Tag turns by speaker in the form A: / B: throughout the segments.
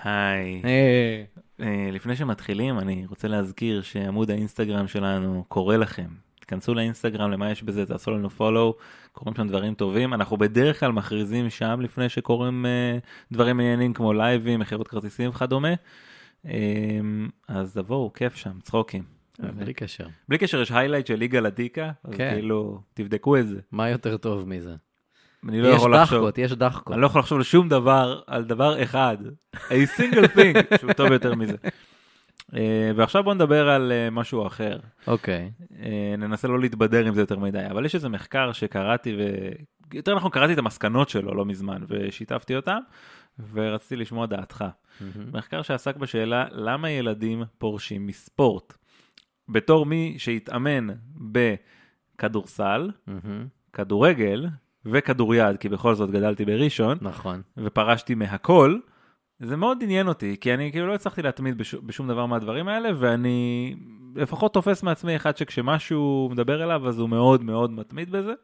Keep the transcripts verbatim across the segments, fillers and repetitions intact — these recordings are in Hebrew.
A: היי. לפני שמתחילים, אני רוצה להזכיר שעמוד האינסטגרם שלנו קורא לכם. תכנסו לאינסטגרם, למה יש בזה, תעשו לנו פולו, קוראים שם דברים טובים. אנחנו בדרך כלל מכריזים שם לפני שקוראים דברים מעניינים כמו לייבים, מחירות כרטיסים וכדומה. אז תבואו, כיף שם, צחוקים.
B: בלי קשר.
A: בלי קשר, יש היילייט של ליגה לדיקה, אז כאילו, תבדקו את זה.
B: מה יותר טוב מזה?
A: אני לא
B: יש
A: יכול לחשוב,
B: דחקות, יש דחקות.
A: אני לא יכול לחשוב לשום דבר, על דבר אחד, a single thing, שהוא טוב יותר מזה. Uh, ועכשיו בוא נדבר על uh, משהו אחר.
B: אוקיי.
A: Uh, ננסה לא להתבדר עם זה יותר מדי, אבל יש איזה מחקר שקראתי, ויותר נכון קראתי את המסקנות שלו לא מזמן, ושיתפתי אותם, ורציתי לשמוע דעתך. Mm-hmm. מחקר שעסק בשאלה, למה ילדים פורשים מספורט? בתור מי שהתאמן בכדורסל, mm-hmm. כדורגל, וכדוריד, כי בכל זאת גדלתי בראשון,
B: נכון.
A: ופרשתי מהכל, זה מאוד עניין אותי, כי אני כאילו לא הצלחתי להתמיד בש, בשום דבר מהדברים האלה, ואני לפחות תופס מעצמי אחד שכשמשהו מדבר אליו, אז הוא מאוד מאוד מתמיד בזה.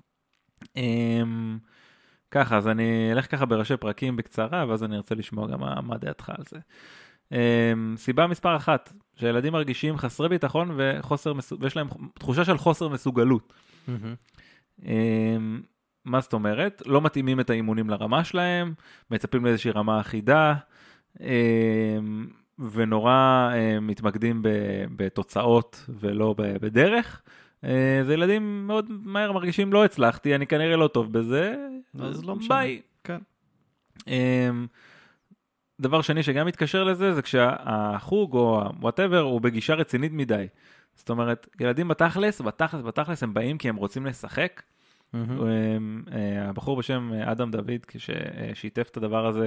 A: ככה, אז אני אלך ככה בראשי פרקים בקצרה, ואז אני ארצה לשמוע גם מה, מה דעתך על זה. סיבה מספר אחת, שילדים מרגישים חסרי ביטחון, וחוסר, ויש להם תחושה של חוסר מסוגלות. Mm-hmm. מה זאת אומרת? לא מתאימים את האימונים לרמה שלהם, מצפים לאיזושהי רמה אחידה, ונורא מתמקדים בתוצאות ולא בדרך. זה ילדים מאוד מהר מרגישים לא הצלחתי, אני כנראה לא טוב בזה,
B: אז לא משנה.
A: ביי.
B: כן.
A: דבר שני שגם מתקשר לזה, זה כשהחוג או whatever הוא בגישה רצינית מדי. זאת אומרת, ילדים בתכלס, בתכלס, בתכלס הם באים כי הם רוצים לשחק, הבחור בשם אדם דוד, כששיתף את הדבר הזה.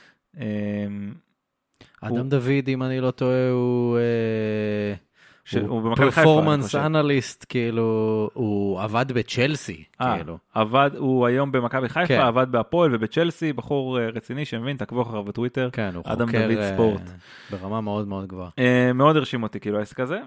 B: אדם דוד, אם אני לא טועה, הוא
A: במכבי חיפה.
B: פרפורמנס אנליסט, כאילו, הוא עבד בצ'לסי, כאילו.
A: עבד, הוא היום במכבי חיפה, עבד בהפועל ובצ'לסי, בחור רציני שמבין, תעקבו אחריו בטוויטר.
B: כן, הוא
A: אדם
B: חוקר
A: דוד ספורט.
B: ברמה מאוד מאוד גבוהה.
A: מאוד הרשים אותי, כאילו, העסק הזה.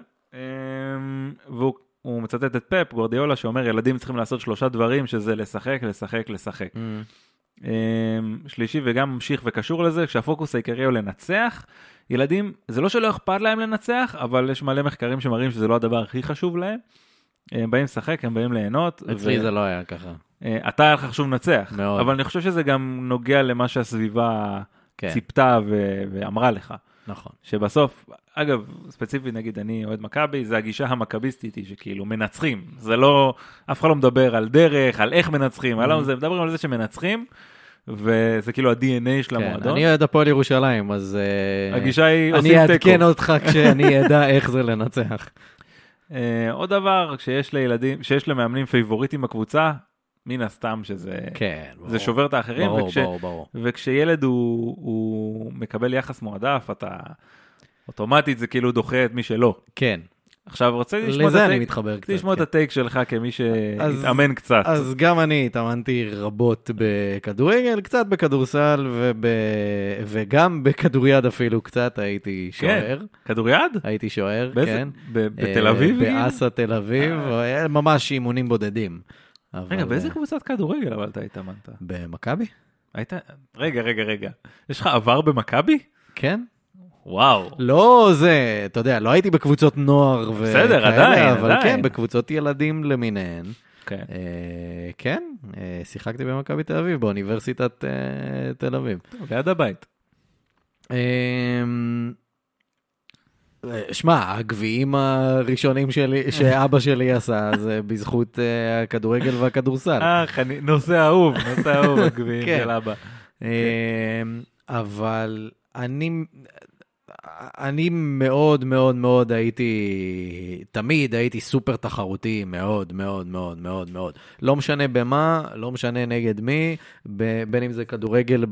A: והוא הוא מצטט את פפ, גוארדיולה, שאומר, ילדים צריכים לעשות שלושה דברים, שזה לשחק, לשחק, לשחק. Mm. שלישי, וגם ממשיך וקשור לזה, כשהפוקוס העיקרי הוא לנצח, ילדים, זה לא שלא אכפת להם לנצח, אבל יש מלא מחקרים שמראים שזה לא הדבר הכי חשוב להם. הם באים לשחק, הם באים ליהנות.
B: אצלי ו... זה לא היה ככה.
A: אתה היה לך חשוב לנצח.
B: מאוד.
A: אבל אני חושב שזה גם נוגע למה שהסביבה כן. ציפתה ו... ואמרה לך.
B: נכון. שבסוף,
A: אגב, ספציפית נגיד, אני אוהד מכבי, זה הגישה המכביסטית, שכאילו מנצחים. זה לא, אף אחד לא מדבר על דרך, על איך מנצחים, mm-hmm. אלא זה מדברים על זה שמנצחים, וזה כאילו ה-די אן איי של
B: כן,
A: המועדון.
B: אני אוהד הפועל ירושלים, אז
A: הגישה היא עושים
B: אני
A: טקו.
B: אעדכן אותך כשאני אדע איך זה לנצח.
A: עוד דבר, כשיש לילדים, שיש למאמנים פייבוריטים בקבוצה, מן הסתם שזה
B: כן, ברור.
A: זה שובר את האחרים,
B: ברור,
A: וכש,
B: ברור, ברור.
A: וכשילד הוא, הוא מקבל יחס מועדף, אתה אוטומטית זה כאילו דוחה את מי שלא.
B: כן.
A: עכשיו רוצה לשמוע
B: לזה אני מתחבר קצת.
A: לשמוע
B: כן.
A: את הטייק שלך כמי שהתאמן קצת.
B: אז גם אני התאמנתי רבות בכדורגל, קצת בכדורסל, וב... וגם בכדוריד אפילו קצת, הייתי שוער.
A: כן, כדוריד?
B: הייתי שוער,
A: באיזה...
B: כן.
A: ב- בתל אביב?
B: באסה תל אביב, ממש אימונים בודדים.
A: רגע, באיזה קבוצת כדורגל אבל אתה התאמנת?
B: במכבי?
A: היית... רגע, רגע, רגע. יש לך עבר במכבי?
B: כן.
A: וואו.
B: לא זה, אתה יודע, לא הייתי בקבוצות נוער וכאלה,
A: בסדר, עדיין,
B: אבל
A: עדיין.
B: כן, בקבוצות ילדים למיניהן.
A: כן.
B: אה, כן, אה, שיחקתי במכבי תל אביב, באוניברסיטת אה, תל אביב.
A: ליד הבית.
B: אה, שמע, הגביעים הראשונים שלי, שאבא שלי עשה, זה בזכות אה, הכדורגל והכדורסל.
A: אה, נושא אהוב, נושא אהוב, הגביעים
B: כן.
A: של אבא.
B: אה, אבל אני... אני מאוד מאוד מאוד הייתי, תמיד הייתי סופר תחרותי, מאוד מאוד מאוד מאוד מאוד. לא משנה במה, לא משנה נגד מי, בין אם זה כדורגל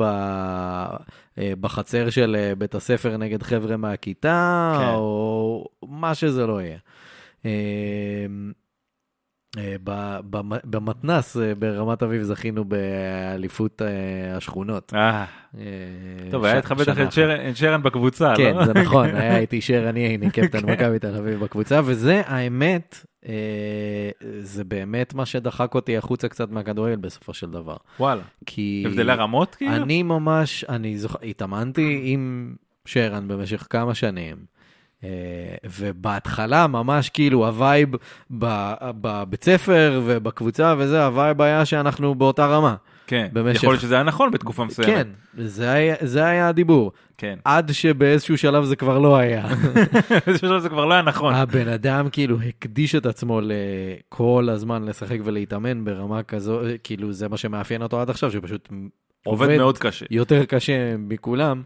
B: בחצר של בית הספר נגד חבר'ה מהכיתה, כן. או מה שזה לא יהיה. במתנס ברמת אביב זכינו באליפות השכונות.
A: טוב, היה איתך בטח את שרן בקבוצה, לא?
B: כן, זה נכון, היה איתי שרן ייני, קפטן מכבי תל אביב בקבוצה, וזה האמת, זה באמת מה שדחק אותי החוצה קצת מהכדורגל בסופו של דבר.
A: וואלה. הבדלי רמות כאילו?
B: אני ממש, אני זוכר, התאמנתי עם שרן במשך כמה שנים, ובהתחלה ממש כאילו הווייב בבית ספר ובקבוצה וזה, הווייב היה שאנחנו באותה רמה.
A: כן, יכול להיות שזה היה נכון בתקופה מסוימת.
B: כן, זה היה הדיבור.
A: כן.
B: עד שבאיזשהו שלב זה כבר לא היה.
A: באיזשהו שלב זה כבר לא היה נכון.
B: הבן אדם כאילו הקדיש את עצמו לכל הזמן לשחק ולהתאמן ברמה כזו, כאילו זה מה שמאפיין אותו עד עכשיו, שפשוט
A: עובד מאוד קשה.
B: יותר קשה מכולם.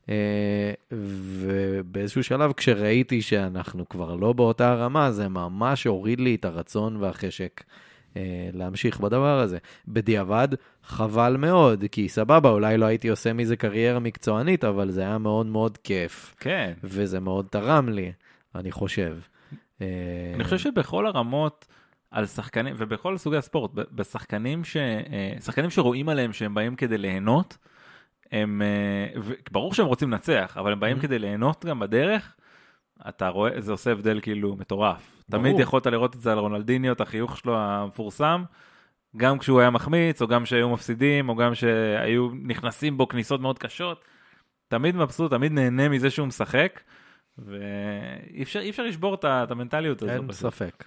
B: ובאיזשהו שלב כשראיתי שאנחנו כבר לא באותה רמה, זה ממש הוריד לי את הרצון והחשק להמשיך בדבר הזה. בדיעבד חבל מאוד, כי סבבה, אולי לא הייתי עושה מזה קריירה מקצוענית, אבל זה היה מאוד מאוד כיף.
A: כן.
B: וזה מאוד תרם לי, אני חושב.
A: אני חושב שבכל הרמות על שחקנים, ובכל סוגי הספורט, בשחקנים ש... שחקנים שרואים עליהם שהם באים כדי ליהנות, הם, ברור שהם רוצים לנצח, אבל הם באים כדי ליהנות גם בדרך, אתה רואה, זה עושה הבדל כאילו מטורף. תמיד יכולת לראות את זה על רונלדיניו, את החיוך שלו המפורסם, גם כשהוא היה מחמיץ, או גם שהיו מפסידים, או גם שהיו נכנסים בו כניסות מאוד קשות, תמיד מבסוט, תמיד נהנה מזה שהוא משחק, ואי אפשר, אי אפשר לשבור את המנטליות הזו.
B: אין ספק.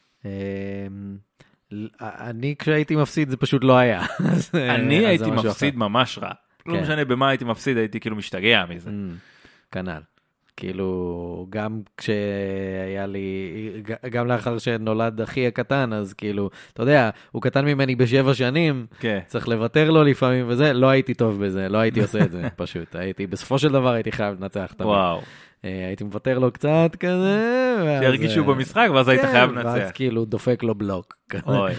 B: אני כשהייתי מפסיד זה פשוט לא היה.
A: אני הייתי מפסיד ממש רע. לא משנה במה הייתי מפסיד, הייתי כאילו משתגע מזה.
B: כנ"ל. כאילו, גם כשהיה לי, גם לאחר שנולד אחי הקטן, אז כאילו, אתה יודע, הוא קטן ממני בשבע שנים, צריך לוותר לו לפעמים וזה, לא הייתי טוב בזה, לא הייתי עושה את זה, פשוט. הייתי, בסופו של דבר הייתי חייב לנצח תמיד.
A: וואו.
B: הייתי מוותר לו קצת כזה.
A: שהרגישו במשחק, ואז היית חייב לנצח.
B: ואז כאילו דופק לו בלוק.
A: אוי, אוי.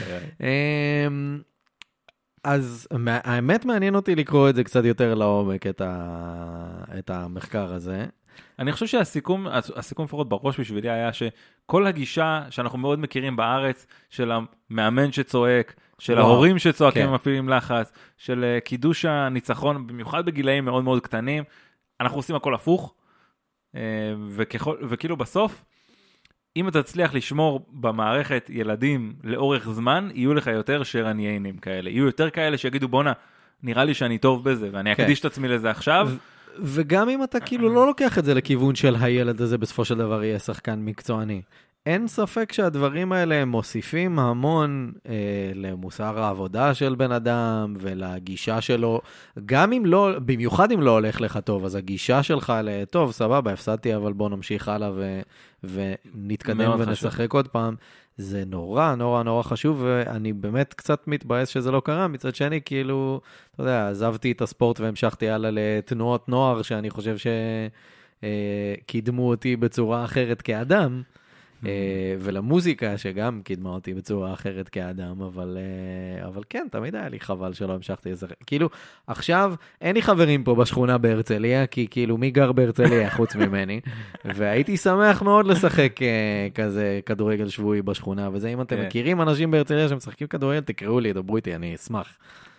B: אז האמת מעניין אותי לקרוא את זה קצת יותר לעומק, את, ה... את המחקר הזה.
A: אני חושב שהסיכום, הסיכום לפחות בראש בשבילי היה שכל הגישה שאנחנו מאוד מכירים בארץ, של המאמן שצועק, של וואו. ההורים שצועקים כן. מפעילים לחץ, של קידוש הניצחון, במיוחד בגילאים מאוד מאוד קטנים, אנחנו עושים הכל הפוך, וככל, וכאילו בסוף, אם אתה תצליח לשמור במערכת ילדים לאורך זמן, יהיו לך יותר שרן יינים כאלה. יהיו יותר כאלה שיגידו, בונה, נראה לי שאני טוב בזה, ואני אקדיש את עצמי לזה עכשיו.
B: וגם אם אתה כאילו לא לוקח את זה לכיוון של הילד הזה, בסופו של דבר יהיה שחקן מקצועני. אין ספק שהדברים האלה הם מוסיפים המון אה, למוסר העבודה של בן אדם ולגישה שלו, גם אם לא, במיוחד אם לא הולך לך טוב, אז הגישה שלך לטוב, סבבה, הפסדתי, אבל בוא נמשיך הלאה ו, ונתקדם ונשחק חשוב. עוד פעם, זה נורא, נורא, נורא חשוב, ואני באמת קצת מתבאס שזה לא קרה, מצד שני, כאילו, אתה יודע, עזבתי את הספורט והמשכתי הלאה לתנועות נוער, שאני חושב שקידמו אותי בצורה אחרת כאדם, ולמוזיקה שגם קידמה אותי בצורה אחרת כאדם, אבל, אבל כן, תמיד היה לי חבל שלא המשכתי לזה. כאילו, עכשיו אין לי חברים פה בשכונה בהרצליה, כי כאילו מי גר בהרצליה חוץ ממני, והייתי שמח מאוד לשחק כזה כדורגל שבועי בשכונה, וזה אם אתם מכירים אנשים בהרצליה שמשחקים כדורגל, תקראו לי, דברו איתי, אני אשמח.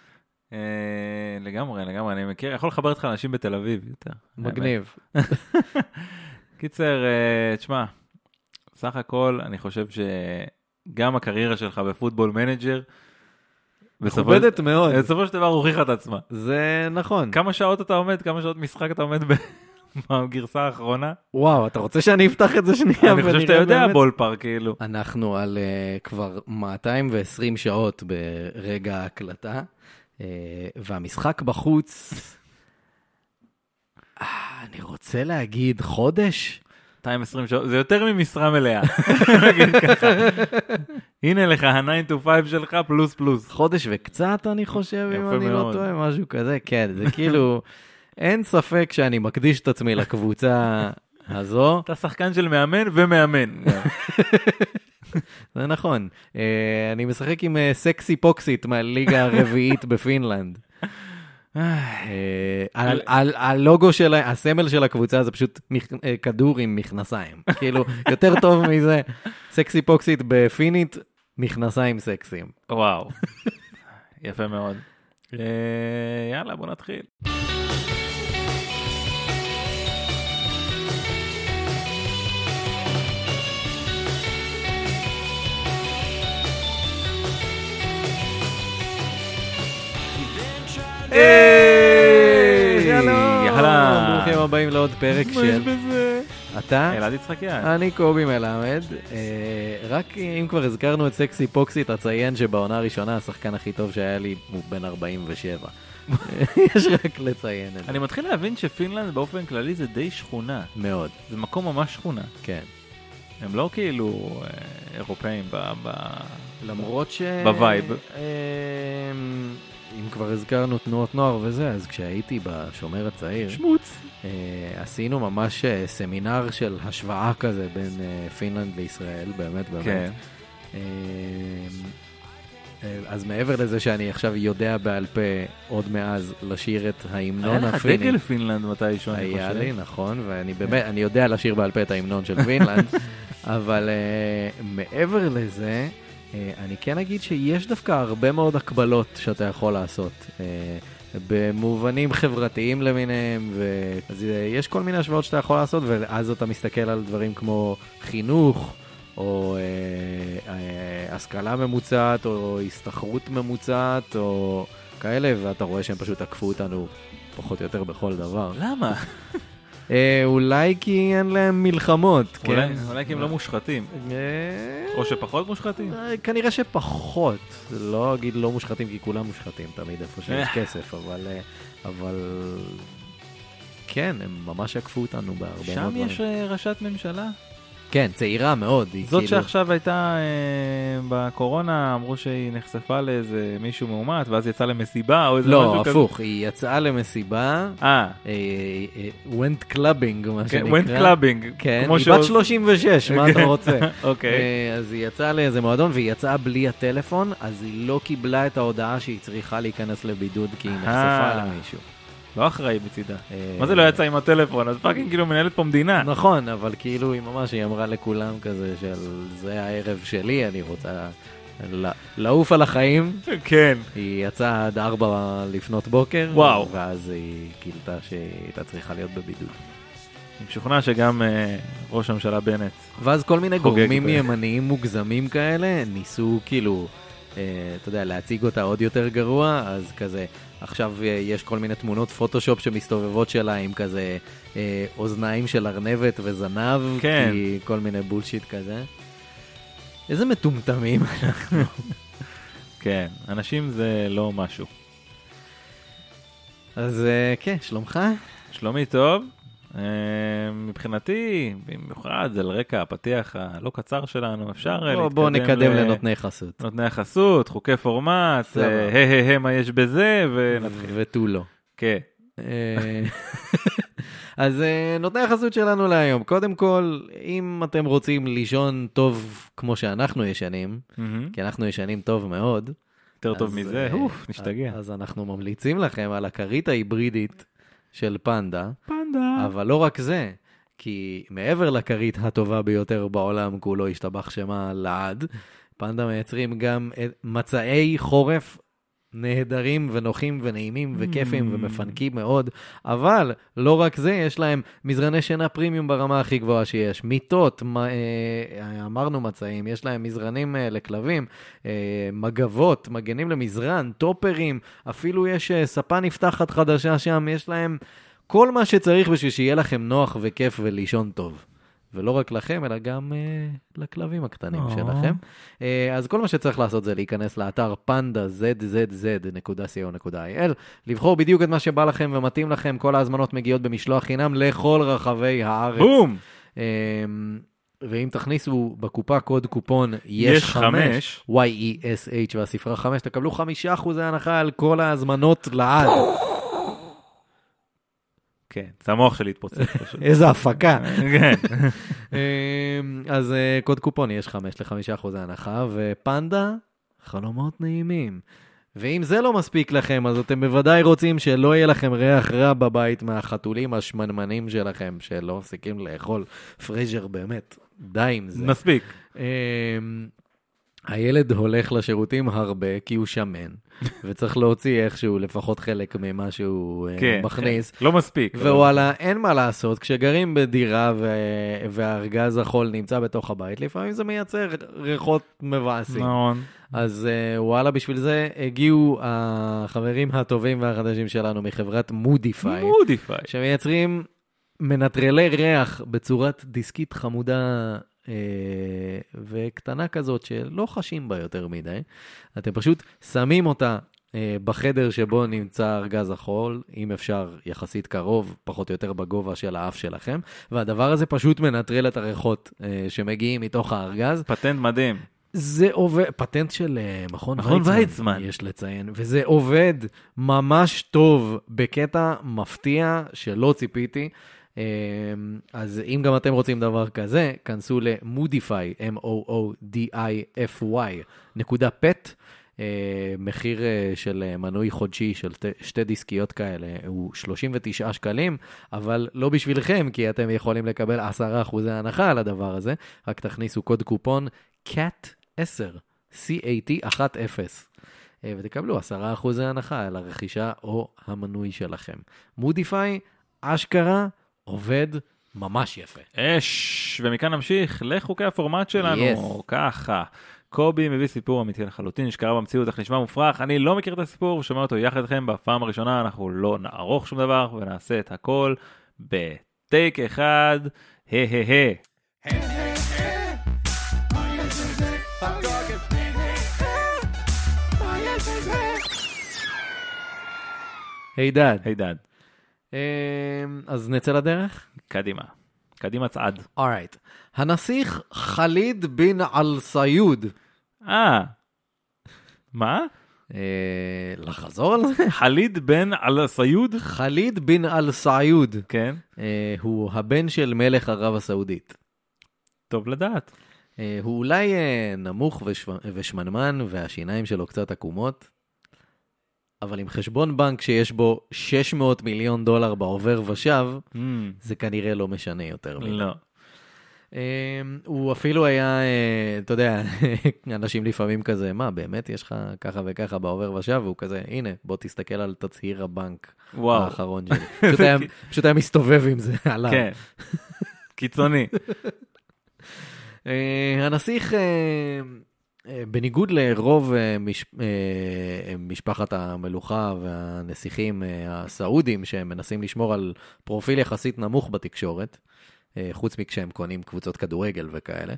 A: לגמרי, לגמרי, אני מכיר, יכול לחבר אותך לאנשים בתל אביב יותר.
B: מגניב.
A: קיצר, תשמע, סך הכל, אני חושב שגם הקריירה שלך בפוטבול מנג'ר,
B: מכובדת מאוד.
A: בסופו של דבר הוכיחה את עצמה.
B: זה נכון.
A: כמה שעות אתה עומד, כמה שעות משחק אתה עומד בגרסה האחרונה?
B: וואו, אתה רוצה שאני אפתח את זה שנייה?
A: אני חושב שאתה יודע בולפארק, כאילו.
B: אנחנו על כבר מאתיים ועשרים שעות ברגע ההקלטה, והמשחק בחוץ, אני רוצה להגיד חודש?
A: מאתיים ועשרים שעות, זה יותר ממשרה מלאה. נגיד ככה. הנה לך, ה-נין טו פייב שלך פלוס פלוס.
B: חודש וקצת, אני חושב, אם אני לא טועה, משהו כזה. כן, זה כאילו, אין ספק שאני מקדיש את עצמי לקבוצה הזו.
A: אתה שחקן של מאמן ומאמן.
B: זה נכון. אני משחק עם סקסי פוקסית מהליגה הרביעית בפינלנד. הלוגו של, הסמל של הקבוצה זה פשוט כדור עם מכנסיים, כאילו יותר טוב מזה. סקסי פוקסית בפינית מכנסיים סקסיים.
A: וואו, יפה מאוד. יאללה, בוא נתחיל.
B: שלום, ברוכים הבאים לעוד פרק של... אתה?
A: אלעד יצחקיאן.
B: אני קובי מלמד. רק אם כבר הזכרנו את סקסי פוקסי, תציין שבעונה הראשונה השחקן הכי טוב שהיה לי הוא בן ארבעים ושבע. יש רק לציין את זה.
A: אני מתחיל להבין שפינלנד באופן כללי זה די שכונה.
B: מאוד.
A: זה מקום ממש שכונה.
B: כן.
A: הם לא כאילו אירופאים ב...
B: למרות ש...
A: בווייב.
B: אם כבר הזכרנו תנועות נוער וזה, אז כשהייתי בשומר הצעיר,
A: שמוץ.
B: אה, עשינו ממש אה, סמינר של השוואה כזה בין אה, פינלנד לישראל, באמת באמת.
A: כן.
B: אה, אה, אז מעבר לזה שאני עכשיו יודע בעל פה עוד מאז לשיר את ההמנון הפיני.
A: היה לך דגל פינלנד מתישהו, אני חושב.
B: היה לי, נכון, ואני באמת, אני יודע לשיר בעל פה את ההמנון של פינלנד, אבל אה, מעבר לזה, אני כן אגיד שיש דווקא הרבה מאוד הקבלות שאתה יכול לעשות, במובנים חברתיים למיניהם, אז יש כל מיני השוואות שאתה יכול לעשות, ואז אתה מסתכל על דברים כמו חינוך, או השכלה ממוצעת, או הסתחרות ממוצעת, או כאלה, ואתה רואה שהם פשוט עקפו אותנו פחות או יותר בכל דבר.
A: למה?
B: אולי כי אין להם מלחמות, כן?
A: אולי כי הם לא מושחתים. או שפחות מושחתים?
B: כנראה שפחות. לא אגיד לא מושחתים, כי כולם מושחתים תמיד איפה שיש כסף, אבל כן, הם ממש עקפו אותנו בהרבה מאוד דברים.
A: שם יש ראשת ממשלה?
B: כן, צעירה מאוד.
A: זאת שעכשיו הייתה בקורונה, אמרו שהיא נחשפה לאיזה מישהו מאומת, ואז יצאה למסיבה או איזה משהו כזה.
B: לא, הפוך, היא יצאה למסיבה,
A: אה.
B: went clubbing, מה שנקרא.
A: went clubbing.
B: כן, היא בת שלושים ושש, מה אתה רוצה?
A: אוקיי.
B: אז היא יצאה לאיזה מועדון, והיא יצאה בלי הטלפון, אז היא לא קיבלה את ההודעה שהיא צריכה להיכנס לבידוד, כי היא נחשפה למישהו.
A: לא אחראי בצידה. מה זה לא יצא עם הטלפון? אז פאקינג כאילו מנהלת פה מדינה.
B: נכון, אבל כאילו היא ממש, היא אמרה לכולם כזה של זה הערב שלי, אני רוצה לעוף על החיים.
A: כן.
B: היא יצאה עד ארבע לפנות בוקר.
A: וואו.
B: ואז היא גילתה שהיא הייתה צריכה להיות בבידוד.
A: אני משוכנע שגם ראש הממשלה בנט.
B: ואז כל מיני גורמים ימניים מוגזמים כאלה ניסו כאילו, אתה יודע, להציג אותה עוד יותר גרוע, אז כזה... עכשיו יש כל מיני תמונות פוטושופ שמסתובבות שלה עם כזה אה, אוזניים של ארנבת וזנב,
A: כן.
B: כי כל מיני בולשיט כזה. איזה מטומטמים אנחנו.
A: כן, אנשים זה לא משהו.
B: אז אה, כן, שלומך?
A: שלומי טוב. אה, מבחינתי, במיוחד זה על רקע הפתיח הלא קצר שלנו, אפשר בוא, להתקדם.
B: בוא נקדם ל... לנותני חסות.
A: נותני חסות, חוקי פורמט, היי מה יש בזה, ונתחיל.
B: ותו לא.
A: כן.
B: אז נותני החסות שלנו להיום. קודם כל, אם אתם רוצים לישון טוב כמו שאנחנו ישנים, כי אנחנו ישנים טוב מאוד.
A: יותר טוב מזה, אוף, נשתגע.
B: אז אנחנו ממליצים לכם על הכרית ההיברידית של פנדה.
A: פנדה.
B: אבל לא רק זה, כי מעבר לכרית הטובה ביותר בעולם, כולו השתבח שמה לעד, פנדה מייצרים גם מצעי חורף נהדרים ונוחים ונעימים וכיפים mm. ומפנקים מאוד, אבל לא רק זה, יש להם מזרני שינה פרימיום ברמה הכי גבוהה שיש, מיטות, אמרנו מצעים, יש להם מזרנים לכלבים, מגבות, מגנים למזרן, טופרים, אפילו יש ספה נפתחת חדשה שם, יש להם כל מה שצריך בשביל שיהיה לכם נוח וכיף ולישון טוב. ולא רק לכם, אלא גם uh, לכלבים הקטנים oh. שלכם. Uh, אז כל מה שצריך לעשות זה להיכנס לאתר פנדה זד זד זד נקודה סי או נקודה איי אל, לבחור בדיוק את מה שבא לכם ומתאים לכם, כל ההזמנות מגיעות במשלוח חינם לכל רחבי הארץ.
A: בום!
B: Uh, ואם תכניסו בקופה קוד קופון יש חמש, וואי אי אס אייץ' והספרה חמש, תקבלו חמישה אחוז הנחה על כל ההזמנות לעד.
A: כן, זה המוח שלי התפוצץ פשוט.
B: איזה הפקה.
A: כן.
B: אז קוד קופון יש חמש לחמישה אחוז ההנחה, ופנדה, חלומות נעימים. ואם זה לא מספיק לכם, אז אתם בוודאי רוצים שלא יהיה לכם ריח רע בבית מהחתולים השמנמנים שלכם, שלא מפסיקים לאכול פרז'ר באמת. די עם זה.
A: מספיק.
B: הילד הולך לשירותים הרבה כי הוא שמן, וצריך להוציא איכשהו לפחות חלק ממה שהוא
A: כן,
B: מכניס.
A: כן. לא מספיק.
B: ווואלה, אין מה לעשות, כשגרים בדירה ו... והארגז החול נמצא בתוך הבית, לפעמים זה מייצר ריחות מבאסים.
A: נכון.
B: אז וואלה, בשביל זה הגיעו החברים הטובים והחדשים שלנו מחברת מודיפיי,
A: מודיפיי.
B: שמייצרים מנטרלי ריח בצורת דיסקית חמודה וקטנה כזאת שלא חשים בה יותר מדי. אתם פשוט שמים אותה בחדר שבו נמצא ארגז החול, אם אפשר יחסית קרוב, פחות או יותר בגובה של האף שלכם, והדבר הזה פשוט מנטרל את הריחות שמגיעים מתוך הארגז.
A: פטנט מדהים.
B: זה עובד, פטנט של מכון,
A: מכון
B: ויצמן,
A: ויצמן,
B: יש לציין, וזה עובד ממש טוב, בקטע מפתיע שלא ציפיתי. אז אם גם אתם רוצים דבר כזה, כנסו ל-Moodify, M-O-O-D-I-F-Y, נקודה פט, מחיר של מנוי חודשי של שתי דיסקיות כאלה, הוא שלושים ותשעה שקלים, אבל לא בשבילכם, כי אתם יכולים לקבל עשרה אחוז הנחה על הדבר הזה, רק תכניסו קוד קופון קאט עשר, C-A-T עשר, ותקבלו עשרה אחוז הנחה על הרכישה או המנוי שלכם. Moodify, אשכרה, עובד ממש יפה.
A: אש, ומכאן נמשיך לחוקי הפורמט שלנו, yes. ככה. קובי מביא סיפור אמיתי לחלוטין, שקרה במציאות, אך נשמע מופרך, אני לא מכיר את הסיפור, שומע אותו יחד איתכם בפעם הראשונה, אנחנו לא נערוך שום דבר, ונעשה את הכל בטייק אחד, הה-הה-הה.
B: היי דד.
A: היי דד.
B: אז נצא לדרך?
A: קדימה. קדימה צעד.
B: אורייט. הנסיך חליד בן אל סעוד.
A: אה. מה?
B: לחזור על זה?
A: חליד בן אל סעוד?
B: חליד בן אל סעוד.
A: כן.
B: הוא הבן של מלך ערב הסעודית.
A: טוב לדעת.
B: הוא אולי נמוך ושמנמן, והשיניים שלו קצת עקומות. אבל עם חשבון בנק שיש בו שש מאות מיליון דולר בעובר ושב, mm. זה כנראה לא משנה יותר.
A: לא.
B: Uh, הוא אפילו היה, uh, אתה יודע, אנשים לפעמים כזה, מה, באמת יש לך ככה וככה בעובר ושב? והוא כזה, הנה, בוא תסתכל על תצהיר הבנק וואו. האחרון שלי. פשוט, היה, פשוט היה מסתובב עם זה עליו.
A: כן, קיצוני.
B: uh, הנסיך... Uh, בניגוד לרוב מש... משפחת המלוכה והנסיכים הסעודים שמנסים לשמור על פרופיל יחסית נמוך בתקשורת, חוץ מכשהם קונים קבוצות כדורגל וכאלה,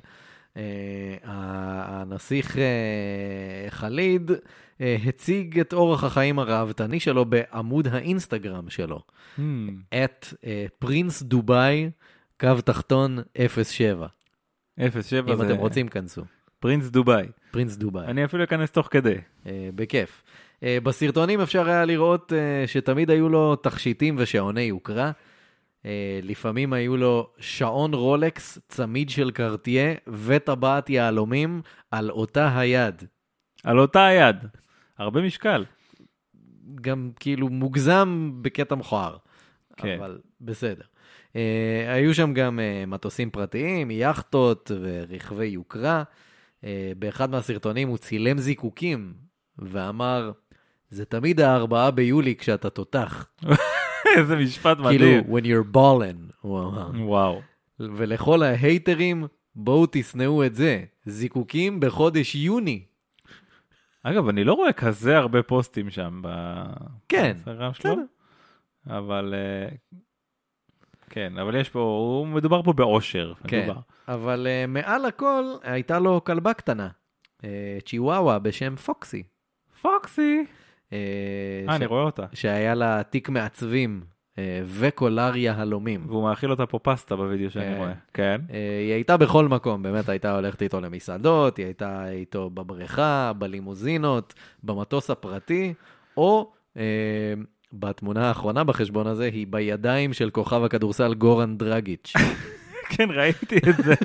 B: הנסיך חליד הציג את אורח החיים הרעבתני שלו בעמוד האינסטגרם שלו, hmm. את פרינס דובאי, קו תחתון אפס שבע.
A: אפס שבע
B: אם
A: זה...
B: אתם רוצים, כנסו.
A: פרינס דובאי.
B: פרינס דובאי.
A: אני אפילו אכנס תוך כדי.
B: Uh, בכיף. Uh, בסרטונים אפשר היה לראות uh, שתמיד היו לו תכשיטים ושעוני יוקרה. Uh, לפעמים היו לו שעון רולקס, צמיד של קרטיה וטבעת יהלומים על אותה היד.
A: על אותה היד. הרבה משקל.
B: גם כאילו מוגזם בקטע מכוער. כן. אבל בסדר. Uh, היו שם גם uh, מטוסים פרטיים, יחטות ורכבי יוקרה. באחד מהסרטונים הוא צילם זיקוקים, ואמר, זה תמיד הארבעה ביולי כשאתה תותח.
A: איזה משפט מדהים.
B: כאילו, when you're ballin'.
A: וואו.
B: ולכל ההייטרים, בואו תסנאו את זה. זיקוקים בחודש יוני.
A: אגב, אני לא רואה כזה הרבה פוסטים שם
B: כן,
A: בסרטון שלו. אבל... כן, אבל יש פה, הוא מדובר פה באושר.
B: כן, מדובר. אבל uh, מעל הכל הייתה לו כלבה קטנה, uh, צ'יוואווה בשם פוקסי.
A: פוקסי? אה,
B: uh,
A: ש... אני רואה אותה.
B: שהיה לה תיק מעצבים uh, וקולר יהלומים.
A: והוא מאכיל אותה פה פסטה בווידאו שאני uh, רואה. כן.
B: Uh, היא הייתה בכל מקום, באמת הייתה הולכת איתו למסעדות, היא הייתה איתו בבריכה, בלימוזינות, במטוס הפרטי, או... Uh, בתמונה האחרונה בחשבון הזה, היא בידיים של כוכב הכדורסל גורן דרגיץ'.
A: כן, ראיתי את זה.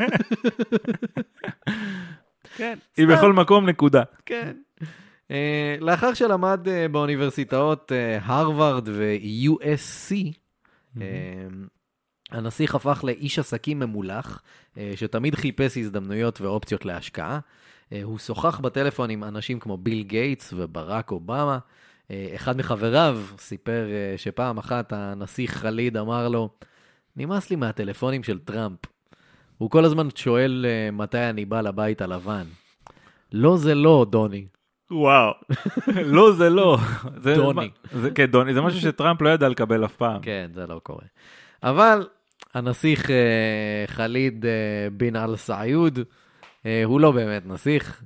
A: כן. היא בכל מקום נקודה.
B: כן. לאחר שלמד באוניברסיטאות הרווארד ו-יו אס סי, הנסיך הפך לאיש עסקים ממולח, שתמיד חיפש הזדמנויות ואופציות להשקעה. הוא שוחח בטלפון עם אנשים כמו ביל גייטס וברק אובמה. אחד מחבריו סיפר שפעם אחת הנסיך חליד אמר לו, נמאס לי מהטלפונים של טראמפ. הוא כל הזמן שואל מתי אני בא לבית הלבן. לא זה לא, דוני.
A: וואו. לא זה לא.
B: דוני.
A: כן, דוני. זה משהו שטראמפ לא ידע לקבל אף פעם.
B: כן, זה לא קורה. אבל הנסיך חליד בן אל סעיוד, הוא לא באמת נסיך.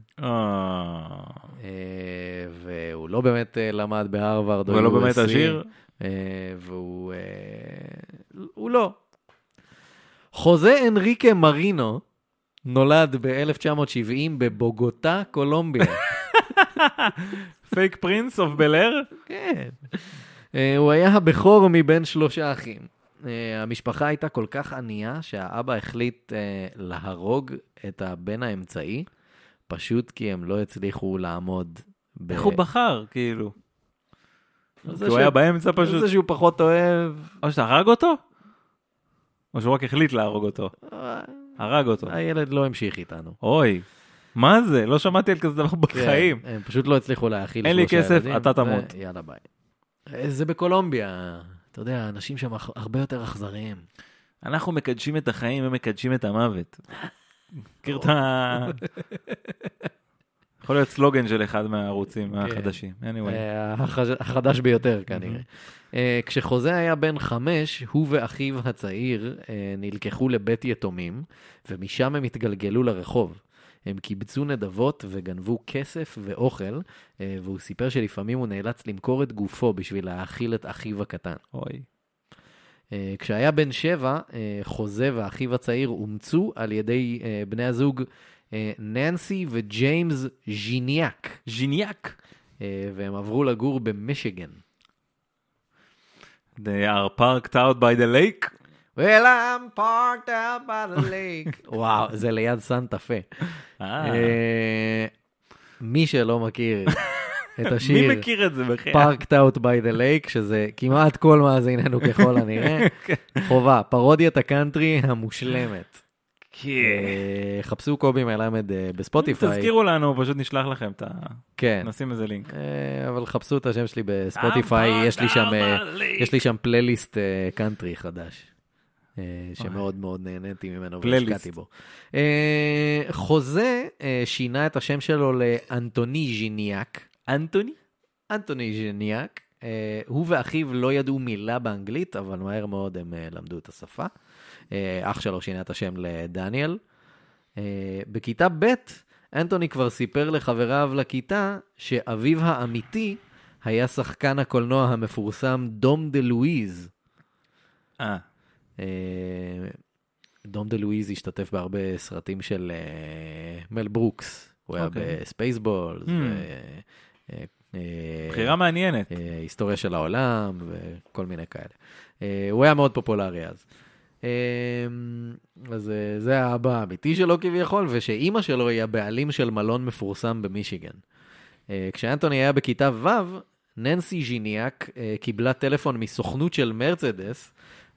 B: והוא לא באמת למד בהרווארד.
A: הוא לא באמת עשיר.
B: והוא הוא לא. חוזה אנריקה מרינו נולד ב-אלף תשע מאות שבעים בבוגוטה, קולומביה.
A: פייק פרינס אוף בלר?
B: כן. הוא היה הבכור מבין שלושה אחים. המשפחה הייתה כל כך ענייה שהאבא החליט להרוג את הבן האמצעי, פשוט כי הם לא הצליחו לעמוד.
A: איך הוא בחר, כאילו? הוא היה באמצע פשוט.
B: זה שהוא פחות אוהב.
A: או שאתה הרג אותו? או שהוא רק החליט להרוג אותו? הרג אותו.
B: הילד לא המשיך איתנו.
A: אוי, מה זה? לא שמעתי על כזה דבר בחיים.
B: הם פשוט לא הצליחו להאכיל.
A: אין לי כסף, אתה תמות.
B: יאללה ביי. זה בקולומביה. אתה יודע, אנשים שם הרבה יותר אכזריים.
A: אנחנו מקדשים את החיים ומקדשים את המוות. מכיר את ה... יכול להיות סלוגן של אחד מהערוצים החדשים.
B: החדש ביותר כנראה. כשחוזה היה בן חמש, הוא ואחיו הצעיר נלקחו לבית יתומים, ומשם הם התגלגלו לרחוב. הם קיבצו נדבות וגנבו כסף ואוכל, והוא סיפר שלפעמים הוא נאלץ למכור את גופו בשביל להאכיל את אחיו הקטן.
A: אוי.
B: כשהיה בן שבע, חוזה ואחיו הצעיר אומצו על ידי בני הזוג ננסי וג'יימס ז'יניאק.
A: ז'יניאק.
B: והם עברו לגור במישיגן.
A: They are parked out by the lake.
B: Well, I'm parked out by the lake. וואו, זה ליד סנטה פה. מי שלא מכיר את השיר,
A: מי מכיר את זה בכלל?
B: Parked out by the lake, שזה כמעט כל מאזיננו ככל הנראה. חובה, פרודיית הקאנטרי המושלמת. חפשו קובי מלמד בספוטיפיי.
A: תזכירו לנו, פשוט נשלח לכם את ה...
B: כן.
A: נשים איזה לינק.
B: אבל חפשו את השם שלי בספוטיפיי, יש לי שם פלייליסט קאנטרי חדש, שמאוד מאוד נהניתי ממנו והשקעתי בו. חוזה שינה את השם שלו לאנטוני ז'יניאק.
A: אנטוני?
B: אנטוני ז'יניאק. הוא ואחיו לא ידעו מילה באנגלית, אבל מהר מאוד הם למדו את השפה. אח שלו שינה את השם לדניאל. בכיתה ב' אנטוני כבר סיפר לחבריו לכיתה שאביו האמיתי היה שחקן הקולנוע המפורסם דום דה לואיז.
A: אה.
B: דום דה לואיז השתתף בהרבה סרטים של מל ברוקס. הוא היה בספייסבולס.
A: בחירה מעניינת.
B: היסטוריה של העולם וכל מיני כאלה. הוא היה מאוד פופולרי אז. אז זה האבא האמיתי שלו כביכול, ושאימא שלו היא הבעלים של מלון מפורסם במישיגן. כשאנטוני היה בכיתה ו', ננסי ז'יניאק קיבלה טלפון מסוכנות של מרצדס,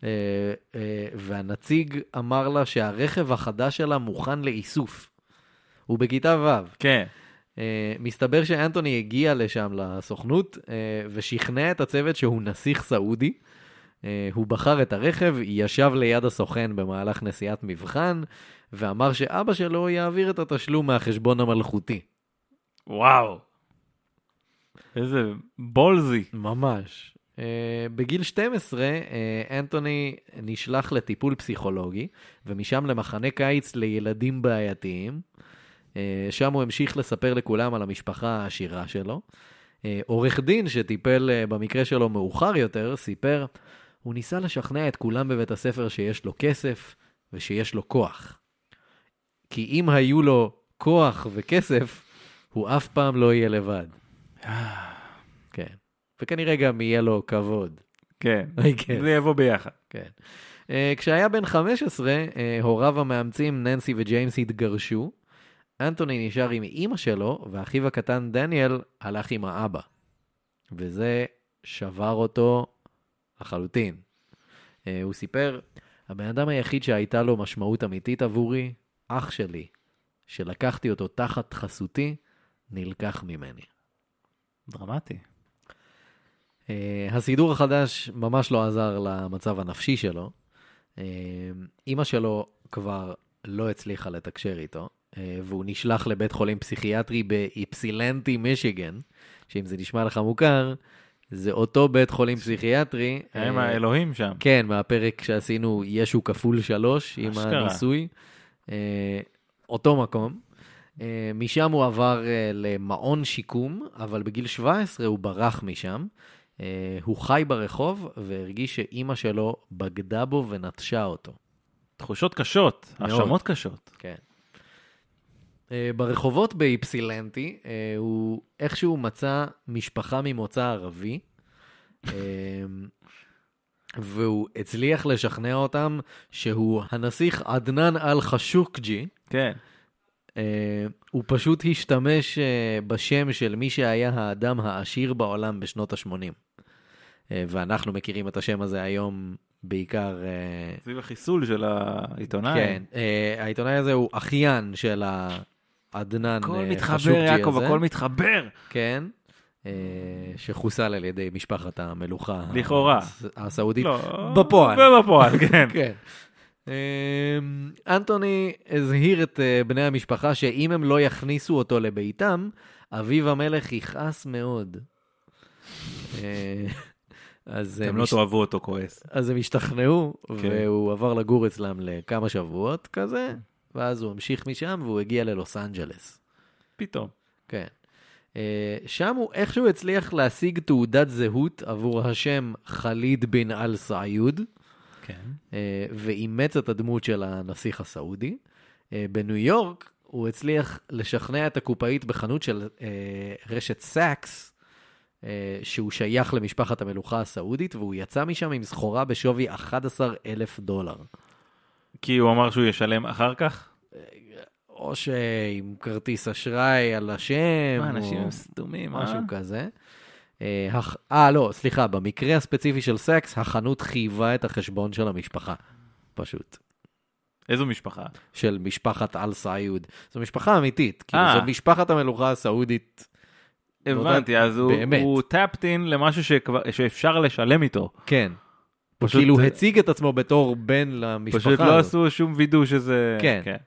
B: והנציג אמר לה שהרכב החדש שלה מוכן לאיסוף. הוא בכיתה ו'.
A: כן.
B: מסתבר שאנטוני הגיע לשם לסוכנות, ושכנע את הצוות שהוא נסיך סעודי. הוא בחר את הרכב, ישב ליד הסוכן במהלך נסיעת מבחן, ואמר שאבא שלו יעביר את התשלום מהחשבון המלכותי.
A: וואו. איזה בולזי.
B: ממש. בגיל שתים עשרה, אנטוני נשלח לטיפול פסיכולוגי, ומשם למחנה קיץ לילדים בעייתיים. שם הוא המשיך לספר לכולם על המשפחה העשירה שלו. עורך דין שטיפל במקרה שלו מאוחר יותר, סיפר, הוא ניסה לשכנע את כולם בבית הספר שיש לו כסף ושיש לו כוח. כי אם היו לו כוח וכסף, הוא אף פעם לא יהיה לבד. כן. וכנראה גם יהיה לו כבוד.
A: כן. זה יבוא ביחד.
B: כן. כשהיה בן חמש עשרה, הוריו המאמצים ננסי וג'יימס התגרשו. אנטוני נשאר עם אמא שלו, ואחיו הקטן דניאל הלך עם האבא. וזה שבר אותו לחלוטין. הוא סיפר, הבן אדם היחיד שהייתה לו משמעות אמיתית עבורי, אח שלי, שלקחתי אותו תחת חסותי, נלקח ממני.
A: דרמטי.
B: Uh, הסידור החדש ממש לא עזר למצב הנפשי שלו. Uh, אמא שלו כבר לא הצליחה לתקשר איתו, uh, והוא נשלח לבית חולים פסיכיאטרי באיפסילנטי, מישיגן, שאם זה נשמע לך מוכר, זה אותו בית חולים פסיכיאטרי.
A: הם האלוהים שם.
B: כן, מהפרק שעשינו ישו כפול שלוש, עם הניסוי. אותו מקום. משם הוא עבר למעון שיקום, אבל בגיל שבע עשרה הוא ברח משם. הוא חי ברחוב, והרגיש שאימא שלו בגדה בו ונטשה אותו.
A: תחושות קשות, האשמות קשות.
B: כן. ברחובות באיפסילנטי, הוא איכשהו מצא משפחה ממוצא ערבי, והוא הצליח לשכנע אותם שהוא הנסיך עדנאן אל-חשוקג'י.
A: כן.
B: הוא פשוט השתמש בשם של מי שהיה האדם העשיר בעולם בשנות ה-שמונים. ואנחנו מכירים את השם הזה היום בעיקר...
A: סביב החיסול של העיתונאי.
B: כן, העיתונאי הזה הוא אחיין של העדנאן חשוקג'י הזה.
A: הכל מתחבר, יעקב, הכל מתחבר.
B: כן, שחוסל על ידי משפחת המלוכה.
A: לכאורה.
B: הסעודית.
A: לא.
B: בפועל.
A: ובפועל, כן.
B: כן. אנטוני הזהיר את בני המשפחה שאם הם לא יכניסו אותו לביתם, אביו המלך יכעס מאוד. אז
A: הם לא תאהבו אותו כועס.
B: אז הם השתכנעו, והוא עבר לגור אצלם לכמה שבועות כזה, ואז הוא המשיך משם, והוא הגיע ללוס אנג'לס.
A: פתאום.
B: כן. שם הוא איכשהו הצליח להשיג תעודת זהות עבור השם חליד בן אל סעיוד,
A: כן.
B: ואימץ את הדמות של הנסיך הסעודי. בניו יורק הוא הצליח לשכנע את הקופאית בחנות של רשת סאקס, שהוא שייך למשפחת המלוכה הסעודית, והוא יצא משם עם סחורה בשווי אחד עשר אלף דולר.
A: כי הוא אמר שהוא ישלם אחר כך?
B: או שעם כרטיס אשראי על השם.
A: מה, אנשים הם סתומים,
B: משהו אה? כזה. אה, לא, סליחה, במקרה הספציפי של סקס, החנות חייבה את החשבון של המשפחה. פשוט.
A: איזו משפחה?
B: של משפחת אל סעיוד. זו משפחה אמיתית. כאילו, זו משפחת המלוכה הסעודית.
A: הבנתי, אז הוא, הוא טאפטין למשהו שכבר, שאפשר לשלם איתו.
B: כן. פשוט, כאילו, הציג את עצמו בתור בן למשפחה.
A: פשוט לא עשו שום וידוא שזה...
B: כן. כן.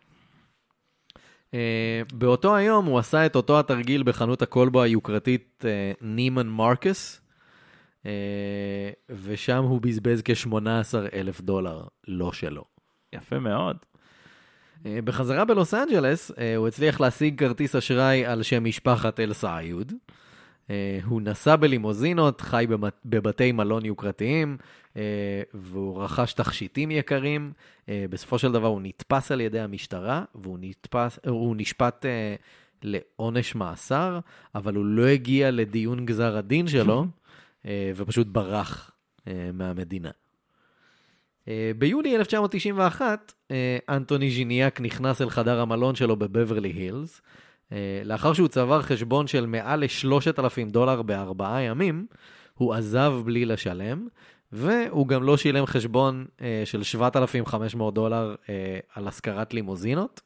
B: Uh, באותו היום הוא עשה את אותו התרגיל בחנות הקולבו היוקרתית uh, נימן מרקס, uh, ושם הוא בזבז כ-שמונה עשר אלף דולר, לא שלו.
A: יפה מאוד.
B: Uh, בחזרה בלוס אנג'לס, uh, הוא הצליח להשיג כרטיס אשראי על שם משפחת אל סעיוד. Uh, הוא נסע בלימוזינות, חי בבתי מלון יוקרתיים, uh, והוא רכש תכשיטים יקרים. Uh, בסופו של דבר הוא נתפס על ידי המשטרה, והוא נתפס, הוא נשפט uh, לעונש מאסר, אבל הוא לא הגיע לדיון גזר הדין שלו, uh, ופשוט ברח uh, מהמדינה. Uh, ביולי אלף תשע מאות תשעים ואחת, uh, אנטוני ז'יניאק נכנס אל חדר המלון שלו בבברלי הילס, לאחר שהוא צבר חשבון של מעל ל-שלושת אלפים דולר בארבעה ימים, הוא עזב בלי לשלם, והוא גם לא שילם חשבון של שבעת אלפים וחמש מאות דולר על השכרת לימוזינות.